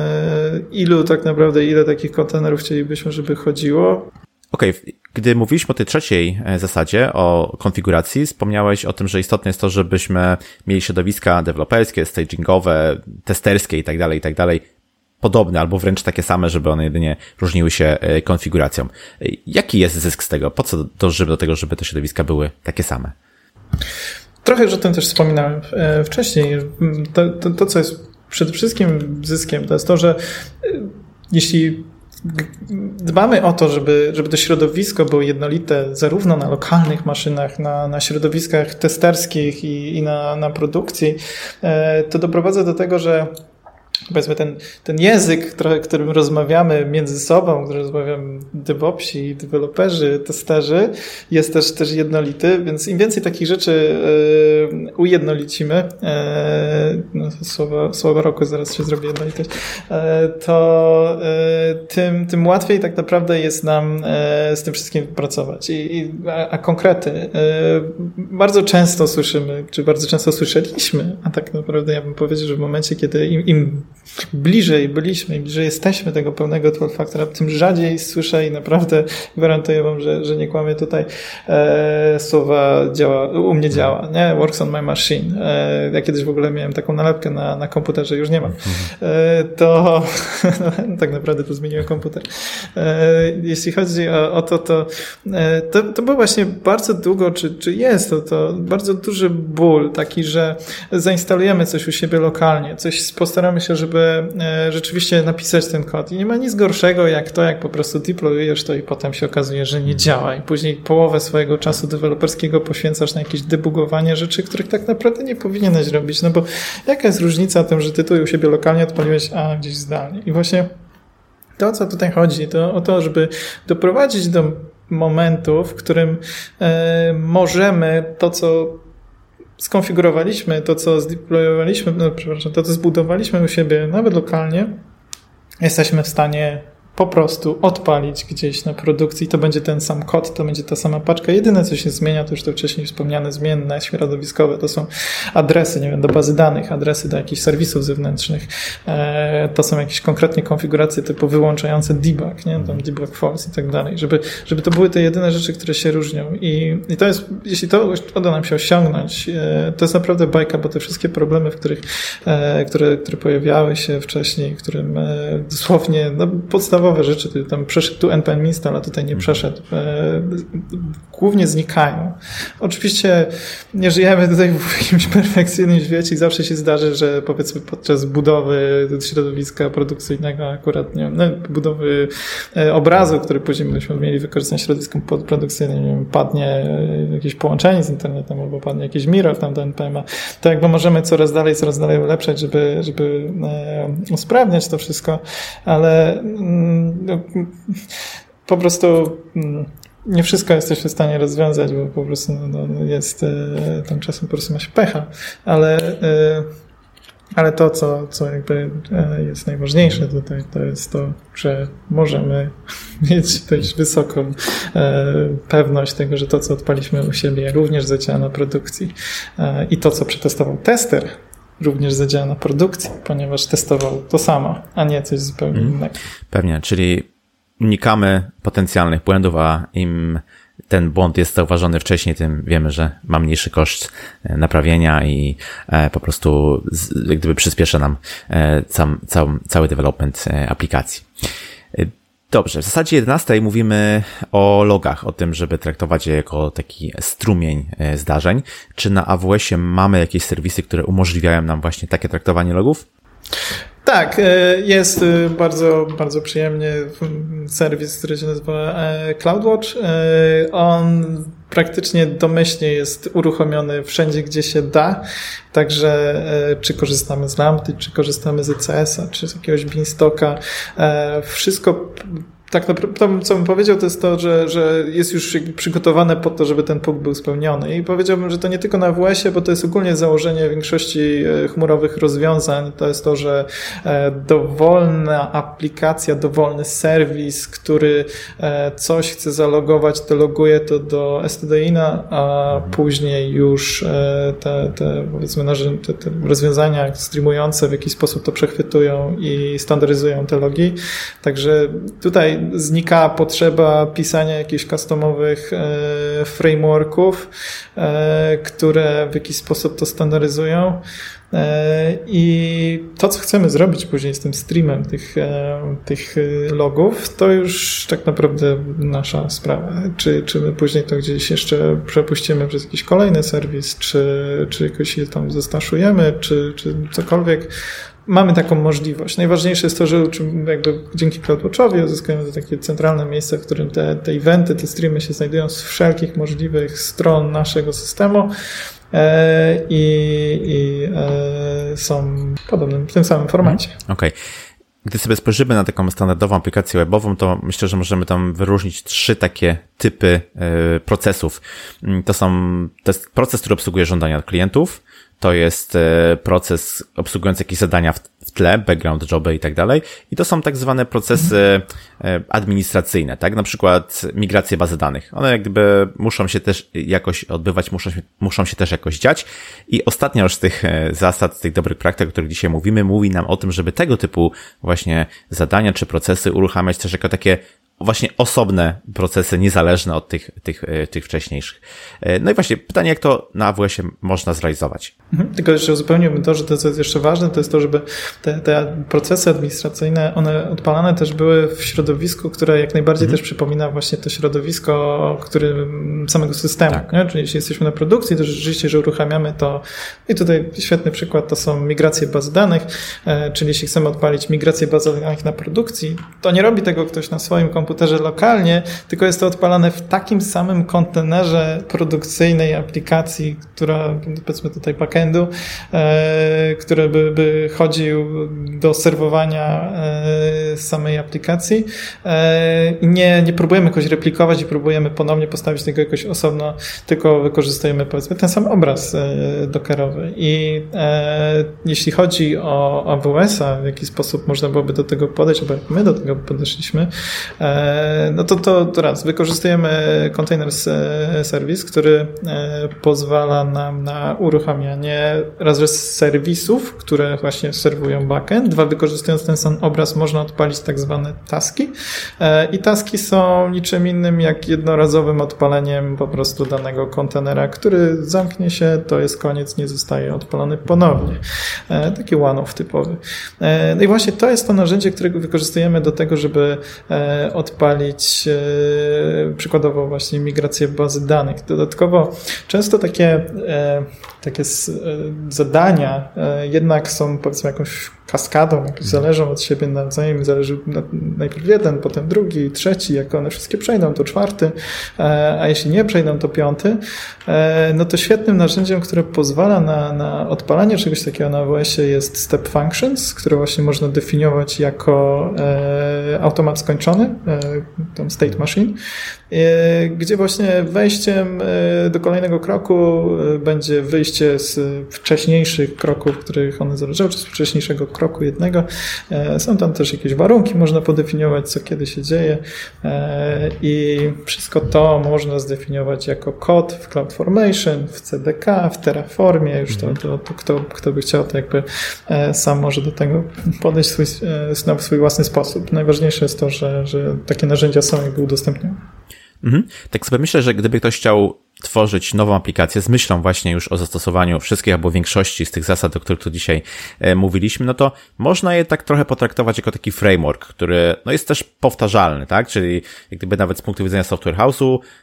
ile takich kontenerów chcielibyśmy, żeby chodziło. Okej, gdy mówiliśmy o tej trzeciej zasadzie, o konfiguracji, wspomniałeś o tym, że istotne jest to, żebyśmy mieli środowiska deweloperskie, stagingowe, testerskie i tak dalej, podobne albo wręcz takie same, żeby one jedynie różniły się konfiguracją. Jaki jest zysk z tego? Po co dążymy do tego, żeby te środowiska były takie same? Trochę już o tym też wspominałem wcześniej. To co jest przede wszystkim zyskiem, to jest to, że jeśli dbamy o to, żeby to środowisko było jednolite zarówno na lokalnych maszynach, na środowiskach testerskich i na produkcji, to doprowadza do tego, że powiedzmy ten język, którym rozmawiamy między sobą, którym rozmawiają DevOpsi, deweloperzy, testerzy, jest też jednolity, więc im więcej takich rzeczy ujednolicimy, słowo roku, zaraz się zrobi jednolitość, to tym łatwiej tak naprawdę jest nam z tym wszystkim pracować. A konkrety. Bardzo często słyszymy, czy bardzo często słyszeliśmy, a tak naprawdę ja bym powiedział, że w momencie, kiedy im bliżej byliśmy, im bliżej jesteśmy tego pełnego 12-faktora, tym rzadziej słyszę i naprawdę gwarantuję wam, że nie kłamię tutaj, słowa u mnie działa, nie? Works on my machine. Ja kiedyś w ogóle miałem taką nalepkę na komputerze, już nie mam. To tak naprawdę to zmieniłem komputer. Jeśli chodzi o to był właśnie bardzo długo, czy jest to bardzo duży ból taki, że zainstalujemy coś u siebie lokalnie, coś postaramy się, żeby rzeczywiście napisać ten kod. I nie ma nic gorszego jak po prostu deployujesz to i potem się okazuje, że nie działa. I później połowę swojego czasu deweloperskiego poświęcasz na jakieś debugowanie rzeczy, których tak naprawdę nie powinieneś robić. No bo jaka jest różnica tym, że ty tu u siebie lokalnie odpaliłeś, a gdzieś zdalnie. I właśnie to, co tutaj chodzi, to o to, żeby doprowadzić do momentu, w którym możemy to, co skonfigurowaliśmy, to co zdeployowaliśmy, to co zbudowaliśmy u siebie, nawet lokalnie, jesteśmy w stanie po prostu odpalić gdzieś na produkcji. To będzie ten sam kod, to będzie ta sama paczka. Jedyne, co się zmienia, to już to wcześniej wspomniane zmienne środowiskowe, to są adresy, nie wiem, do bazy danych, adresy do jakichś serwisów zewnętrznych. To są jakieś konkretnie konfiguracje typu wyłączające debug, nie? Tam debug false i tak dalej. Żeby to były te jedyne rzeczy, które się różnią. I to jest, jeśli to uda nam się osiągnąć, to jest naprawdę bajka, bo te wszystkie problemy, które pojawiały się wcześniej, w którym dosłownie, podstawowe rzeczy, tam przeszedł tu npm install, a tutaj nie przeszedł, głównie znikają. Oczywiście nie żyjemy tutaj w jakimś perfekcyjnym świecie i zawsze się zdarzy, że powiedzmy podczas budowy środowiska produkcyjnego akurat, nie wiem, budowy obrazu, który później byśmy mieli wykorzystać środowiskiem produkcyjnym, nie wiem, padnie jakieś połączenie z internetem albo padnie jakiś mirror tam do npm-a, to jakby możemy coraz dalej ulepszać, żeby usprawniać to wszystko, ale po prostu nie wszystko jesteśmy w stanie rozwiązać, bo po prostu jest tam czasem po prostu ma się pecha, ale to, co jakby jest najważniejsze tutaj, to jest to, że możemy mieć dość wysoką pewność tego, że to, co odpaliśmy u siebie, również zadziała na produkcji i to, co przetestował tester, również zadziała na produkcji, ponieważ testował to samo, a nie coś zupełnie innego. Pewnie, czyli unikamy potencjalnych błędów, a im ten błąd jest zauważony wcześniej, tym wiemy, że ma mniejszy koszt naprawienia i po prostu jak gdyby przyspiesza nam cały development aplikacji. Dobrze, w zasadzie 11 mówimy o logach, o tym, żeby traktować je jako taki strumień zdarzeń. Czy na AWS-ie mamy jakieś serwisy, które umożliwiają nam właśnie takie traktowanie logów? Tak, jest bardzo, bardzo przyjemnie serwis, który się nazywa CloudWatch. On praktycznie domyślnie jest uruchomiony wszędzie, gdzie się da. Także czy korzystamy z Lambda, czy korzystamy z ECS-a, czy z jakiegoś Beanstalka, wszystko. Tak naprawdę to, co bym powiedział, to jest to, że jest już przygotowane po to, żeby ten PUK był spełniony. I powiedziałbym, że to nie tylko na AWS-ie, bo to jest ogólnie założenie większości chmurowych rozwiązań. To jest to, że dowolna aplikacja, dowolny serwis, który coś chce zalogować, to loguje to do std-ina, a później już te powiedzmy te rozwiązania streamujące w jakiś sposób to przechwytują i standaryzują te logi. Także tutaj znika potrzeba pisania jakichś customowych frameworków, które w jakiś sposób to standaryzują. I to, co chcemy zrobić później z tym streamem tych logów, to już tak naprawdę nasza sprawa. Czy my później to gdzieś jeszcze przepuścimy przez jakiś kolejny serwis, czy jakoś je tam zastaszujemy, czy cokolwiek. Mamy taką możliwość. Najważniejsze jest to, że jakby dzięki CloudWatchowi uzyskujemy takie centralne miejsce, w którym te eventy, te streamy się znajdują z wszelkich możliwych stron naszego systemu i są w tym samym formacie. Okej. Gdy sobie spojrzymy na taką standardową aplikację webową, to myślę, że możemy tam wyróżnić 3 takie typy procesów. To jest proces, który obsługuje żądania od klientów, to jest proces obsługujący jakieś zadania w tle, background joby i tak dalej. I to są tak zwane procesy administracyjne, tak? Na przykład migracje bazy danych. One jak gdyby muszą się też jakoś odbywać, muszą się też jakoś dziać. I ostatnia już z tych zasad, z tych dobrych praktyk, o których dzisiaj mówimy, mówi nam o tym, żeby tego typu właśnie zadania czy procesy uruchamiać też jako takie właśnie osobne procesy, niezależne od tych wcześniejszych. No i właśnie pytanie, jak to na AWS-ie można zrealizować? Tylko jeszcze uzupełniłbym to, że to, co jest jeszcze ważne, to jest to, żeby te procesy administracyjne, one odpalane też były w środowisku, które jak najbardziej też przypomina właśnie to środowisko, samego systemu. Tak. Nie? Czyli jeśli jesteśmy na produkcji, to rzeczywiście, że uruchamiamy to. I tutaj świetny przykład to są migracje baz danych, czyli jeśli chcemy odpalić migrację baz danych na produkcji, to nie robi tego ktoś na swoim komputerze lokalnie, tylko jest to odpalane w takim samym kontenerze produkcyjnej aplikacji, która, powiedzmy tutaj backendu, który by chodził do serwowania samej aplikacji. I nie próbujemy jakoś replikować i próbujemy ponownie postawić tego jakoś osobno, tylko wykorzystujemy powiedzmy ten sam obraz dockerowy. I jeśli chodzi o AWS-a, w jaki sposób można byłoby do tego podejść, albo jak my do tego podeszliśmy, no to raz, wykorzystujemy container service, który pozwala nam na uruchamianie raz, że serwisów, które właśnie serwują backend. 2, wykorzystując ten sam obraz, można odpalić tak zwane taski. I taski są niczym innym jak jednorazowym odpaleniem po prostu danego kontenera, który zamknie się, to jest koniec, nie zostaje odpalony ponownie. Taki one-off typowy. No i właśnie to jest to narzędzie, którego wykorzystujemy do tego, żeby odpalić przykładowo właśnie migrację bazy danych. Dodatkowo często takie zadania jednak są powiedzmy jakąś kaskadą, zależą od siebie nawzajem, zależy najpierw jeden, potem drugi, trzeci, jak one wszystkie przejdą, to 4, a jeśli nie przejdą, to 5, no to świetnym narzędziem, które pozwala na odpalanie czegoś takiego na AWS-ie jest Step Functions, które właśnie można definiować jako automat skończony, tam state machine, gdzie właśnie wejściem do kolejnego kroku będzie wyjście z wcześniejszych kroków, w których one zależały, czy z wcześniejszego kroku jednego. Są tam też jakieś warunki, można podefiniować, co kiedy się dzieje i wszystko to można zdefiniować jako kod w CloudFormation, w CDK, w Terraformie, już to kto by chciał, to jakby sam może do tego podejść w swój własny sposób. Najważniejsze jest to, że takie narzędzia są jakby udostępnione. Tak sobie myślę, że gdyby ktoś chciał tworzyć nową aplikację z myślą właśnie już o zastosowaniu wszystkich albo większości z tych zasad, o których tu dzisiaj mówiliśmy, no to można je tak trochę potraktować jako taki framework, który no jest też powtarzalny, tak? Czyli jak gdyby nawet z punktu widzenia software house'u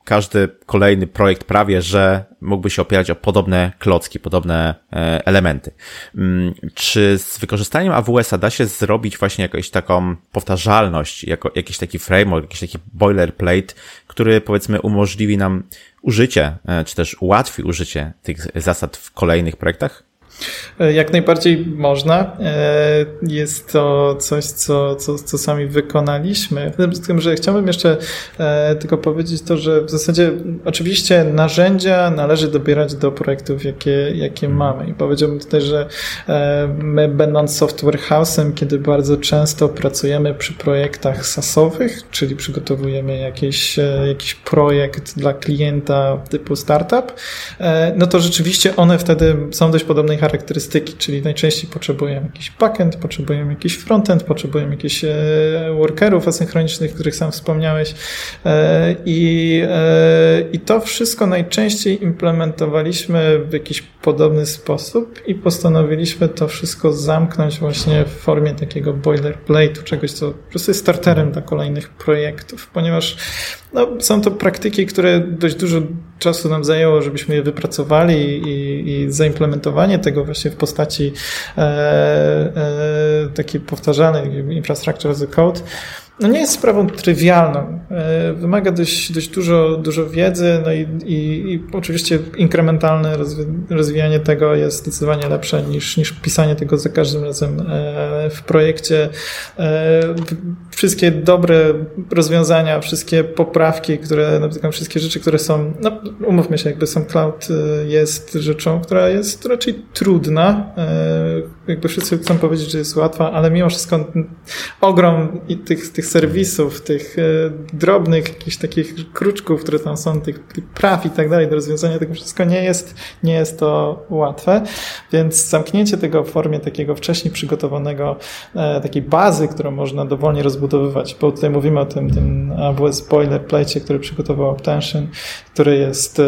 każdy kolejny projekt prawie, że mógłby się opierać o podobne klocki, podobne elementy. Czy z wykorzystaniem AWS-a da się zrobić właśnie jakąś taką powtarzalność, jako jakiś taki framework, jakiś taki boilerplate, który powiedzmy umożliwi nam użycie, czy też ułatwi użycie tych zasad w kolejnych projektach? Jak najbardziej można. Jest to coś, co sami wykonaliśmy. Z tym, że chciałbym jeszcze tylko powiedzieć to, że w zasadzie oczywiście narzędzia należy dobierać do projektów, jakie mamy. I powiedziałbym tutaj, że my, będąc software house'em, kiedy bardzo często pracujemy przy projektach SaaS-owych, czyli przygotowujemy jakiś projekt dla klienta typu startup, no to rzeczywiście one wtedy są dość podobnej charakterystyki, czyli najczęściej potrzebujemy jakiś backend, potrzebujemy jakiś frontend, potrzebujemy jakichś workerów asynchronicznych, których sam wspomniałeś i to wszystko najczęściej implementowaliśmy w jakiś podobny sposób i postanowiliśmy to wszystko zamknąć właśnie w formie takiego boilerplate'u, czegoś, co po prostu jest starterem dla kolejnych projektów, ponieważ są to praktyki, które dość dużo czasu nam zajęło, żebyśmy je wypracowali i zaimplementowanie tego właśnie w postaci takiej powtarzalnej infrastructure as a code nie jest sprawą trywialną. Wymaga dość dużo wiedzy, i oczywiście inkrementalne rozwijanie tego jest zdecydowanie lepsze niż pisanie tego za każdym razem w projekcie. Wszystkie dobre rozwiązania, wszystkie poprawki, wszystkie rzeczy, które są, umówmy się, jakby SoundCloud jest rzeczą, która jest raczej trudna. Jakby wszyscy chcą powiedzieć, że jest łatwa, ale mimo wszystko ogrom tych serwisów, tych drobnych jakichś takich kruczków, które tam są, tych praw i tak dalej do rozwiązania tego wszystko nie jest to łatwe, więc zamknięcie tego w formie takiego wcześniej przygotowanego, takiej bazy, którą można dowolnie rozbudowywać, bo tutaj mówimy o tym AWS boilerplate, który przygotował Optention, który jest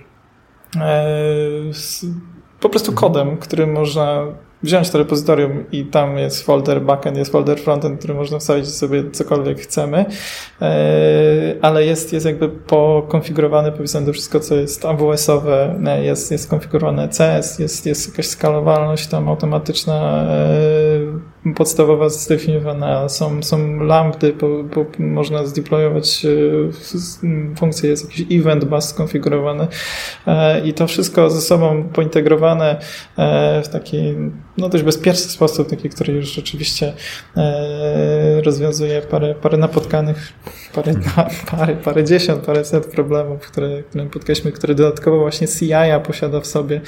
po prostu kodem, który można wziąć to repozytorium i tam jest folder backend, jest folder frontend, który można wstawić sobie cokolwiek chcemy, ale jest jakby pokonfigurowane, powiedzmy, to wszystko, co jest AWS-owe, jest konfigurowane CS, jest jakaś skalowalność tam automatyczna, podstawowa zdefiniowana, są lambdy, bo można zdeployować funkcję, jest jakiś event bus skonfigurowany i to wszystko ze sobą pointegrowane w taki dość bezpieczny sposób, taki, który już rzeczywiście rozwiązuje parę napotkanych, paręset problemów, które spotkaliśmy, które dodatkowo właśnie CI-a posiada w sobie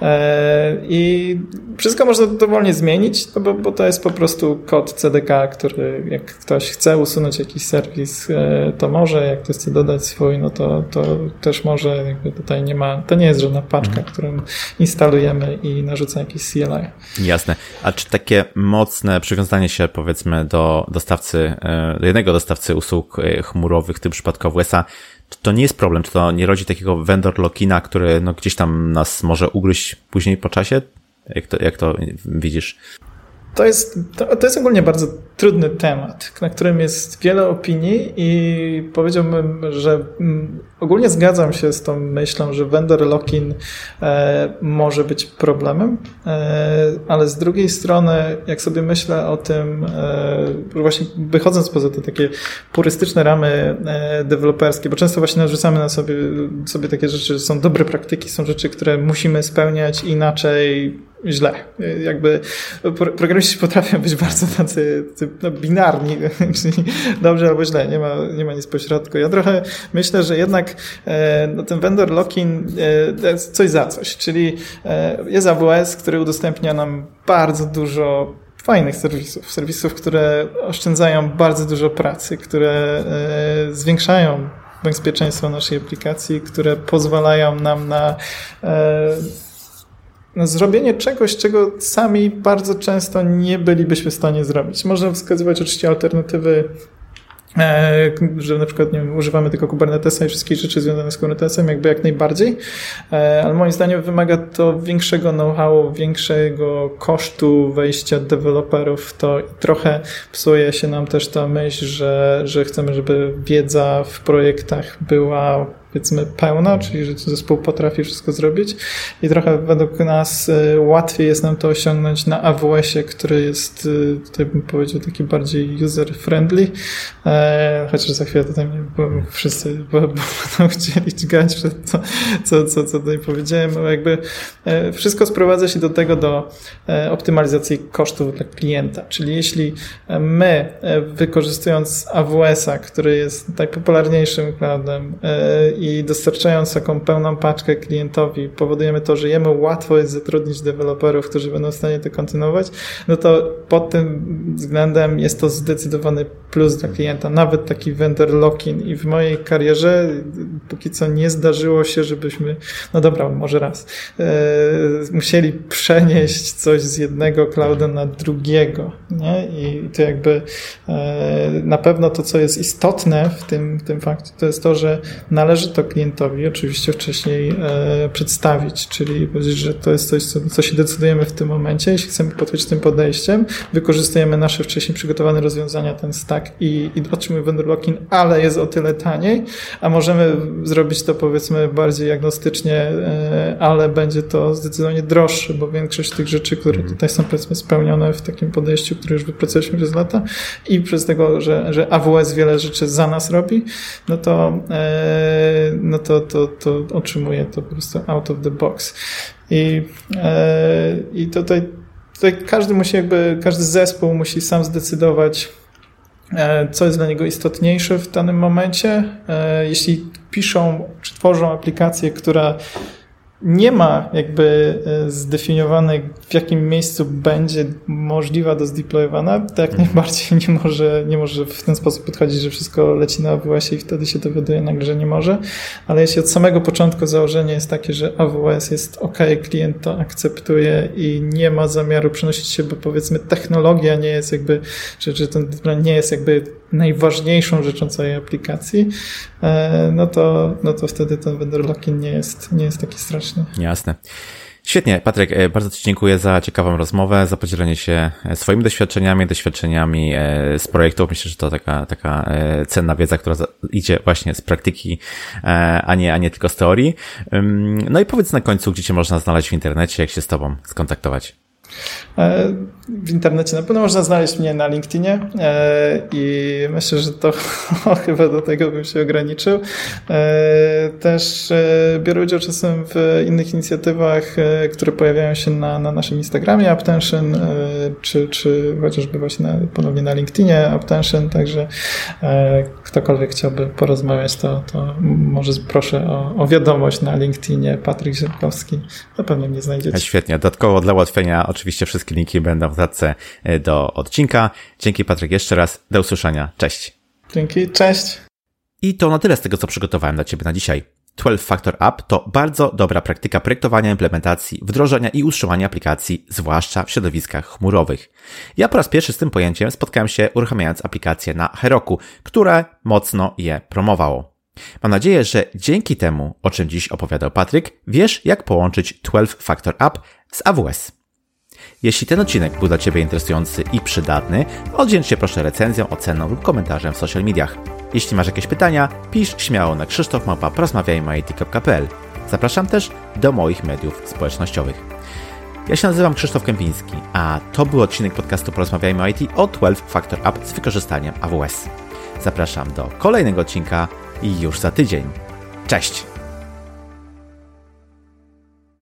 i wszystko można dowolnie zmienić, bo to jest po prostu kod CDK, który jak ktoś chce usunąć jakiś serwis, to może, jak ktoś chce dodać swój, to też może, jakby tutaj to nie jest żadna paczka, którą instalujemy i narzuca jakiś CLI. Jasne. A czy takie mocne przywiązanie się, powiedzmy, do jednego dostawcy usług chmurowych, w tym przypadku AWS-a, to nie jest problem? Czy to nie rodzi takiego vendor lock-ina, który gdzieś tam nas może ugryźć później po czasie? Jak to widzisz? To jest ogólnie bardzo trudny temat, na którym jest wiele opinii i powiedziałbym, że ogólnie zgadzam się z tą myślą, że vendor lock-in może być problemem, ale z drugiej strony, jak sobie myślę o tym, właśnie wychodząc poza te takie purystyczne ramy deweloperskie, bo często właśnie narzucamy na sobie takie rzeczy, że są dobre praktyki, są rzeczy, które musimy spełniać, inaczej źle. Jakby programiści potrafią być bardzo tacy binarni, czyli dobrze albo źle, nie ma nic pośrodku. Ja trochę myślę, że jednak ten vendor lock-in to jest coś za coś, czyli jest AWS, który udostępnia nam bardzo dużo fajnych serwisów, które oszczędzają bardzo dużo pracy, które zwiększają bezpieczeństwo naszej aplikacji, które pozwalają nam na zrobienie czegoś, czego sami bardzo często nie bylibyśmy w stanie zrobić. Można wskazywać oczywiście alternatywy, że na przykład używamy tylko Kubernetesa i wszystkich rzeczy związanych z Kubernetesem, jakby jak najbardziej, ale moim zdaniem wymaga to większego know-howu, większego kosztu wejścia deweloperów w to i trochę psuje się nam też ta myśl, że chcemy, żeby wiedza w projektach była powiedzmy pełno, czyli że zespół potrafi wszystko zrobić i trochę według nas łatwiej jest nam to osiągnąć na AWS-ie, który jest, tutaj bym powiedział, taki bardziej user-friendly, chociaż za chwilę tutaj wszyscy będą chcieli dźgać przed co tutaj powiedziałem, bo jakby wszystko sprowadza się do optymalizacji kosztów dla klienta, czyli jeśli my wykorzystując AWS-a, który jest najpopularniejszym cloudem i dostarczając taką pełną paczkę klientowi, powodujemy to, że jemu łatwo jest zatrudnić deweloperów, którzy będą w stanie to kontynuować, no to pod tym względem jest to zdecydowany plus dla klienta, nawet taki vendor lock-in i w mojej karierze póki co nie zdarzyło się, żebyśmy, no dobra, może raz, musieli przenieść coś z jednego clouda na drugiego, nie? I to jakby na pewno to, co jest istotne w tym fakcie, to jest to, że należy to klientowi oczywiście wcześniej przedstawić, czyli powiedzieć, że to jest coś, co się decydujemy w tym momencie, jeśli chcemy podchodzić tym podejściem, wykorzystujemy nasze wcześniej przygotowane rozwiązania, ten stack i otrzymujemy vendor lock-in, ale jest o tyle taniej, a możemy zrobić to powiedzmy bardziej agnostycznie, ale będzie to zdecydowanie droższe, bo większość tych rzeczy, które tutaj są powiedzmy spełnione w takim podejściu, które już wypracowaliśmy przez lata i przez tego, że AWS wiele rzeczy za nas robi, no to otrzymuje to po prostu out of the box. I tutaj każdy zespół musi sam zdecydować, co jest dla niego istotniejsze w danym momencie. Jeśli piszą czy tworzą aplikację, która nie ma jakby zdefiniowanej, w jakim miejscu będzie możliwa do zdeployowania, to jak najbardziej nie może w ten sposób podchodzić, że wszystko leci na AWS-ie i wtedy się dowiaduje nagle, że nie może. Ale jeśli od samego początku założenie jest takie, że AWS jest OK, klient to akceptuje i nie ma zamiaru przenosić się, bo powiedzmy technologia nie jest jakby, że ten deploy nie jest jakby najważniejszą rzeczą całej aplikacji, no to wtedy ten vendor lock-in nie jest taki straszny. Jasne. Świetnie, Patryk, bardzo Ci dziękuję za ciekawą rozmowę, za podzielenie się swoimi doświadczeniami z projektów. Myślę, że to taka cenna wiedza, która idzie właśnie z praktyki, a nie tylko z teorii. No i powiedz na końcu, gdzie Cię można znaleźć w internecie, jak się z Tobą skontaktować. W internecie na pewno można znaleźć mnie na LinkedInie i myślę, że to chyba do tego bym się ograniczył. Też biorę udział czasem w innych inicjatywach, które pojawiają się na naszym Instagramie Apptention, czy chociażby właśnie ponownie na LinkedInie Apptention, także ktokolwiek chciałby porozmawiać, to może proszę o wiadomość na LinkedInie Patryk Ziemkowski. Na pewno mnie znajdziecie. Świetnie. Dodatkowo dla ułatwienia oczywiście wszystkie linki będą w notatce do odcinka. Dzięki, Patryk, jeszcze raz. Do usłyszenia. Cześć. Dzięki, cześć. I to na tyle z tego, co przygotowałem dla Ciebie na dzisiaj. 12 Factor App to bardzo dobra praktyka projektowania, implementacji, wdrożenia i utrzymania aplikacji, zwłaszcza w środowiskach chmurowych. Ja po raz pierwszy z tym pojęciem spotkałem się uruchamiając aplikację na Heroku, które mocno je promowało. Mam nadzieję, że dzięki temu, o czym dziś opowiadał Patryk, wiesz, jak połączyć 12 Factor App z AWS. Jeśli ten odcinek był dla Ciebie interesujący i przydatny, oddzięcz się proszę recenzją, oceną lub komentarzem w social mediach. Jeśli masz jakieś pytania, pisz śmiało na krzysztof@porozmawiajmy.it.pl. Zapraszam też do moich mediów społecznościowych. Ja się nazywam Krzysztof Kępiński, a to był odcinek podcastu Porozmawiajmy o IT o 12 Factor App z wykorzystaniem AWS. Zapraszam do kolejnego odcinka i już za tydzień. Cześć!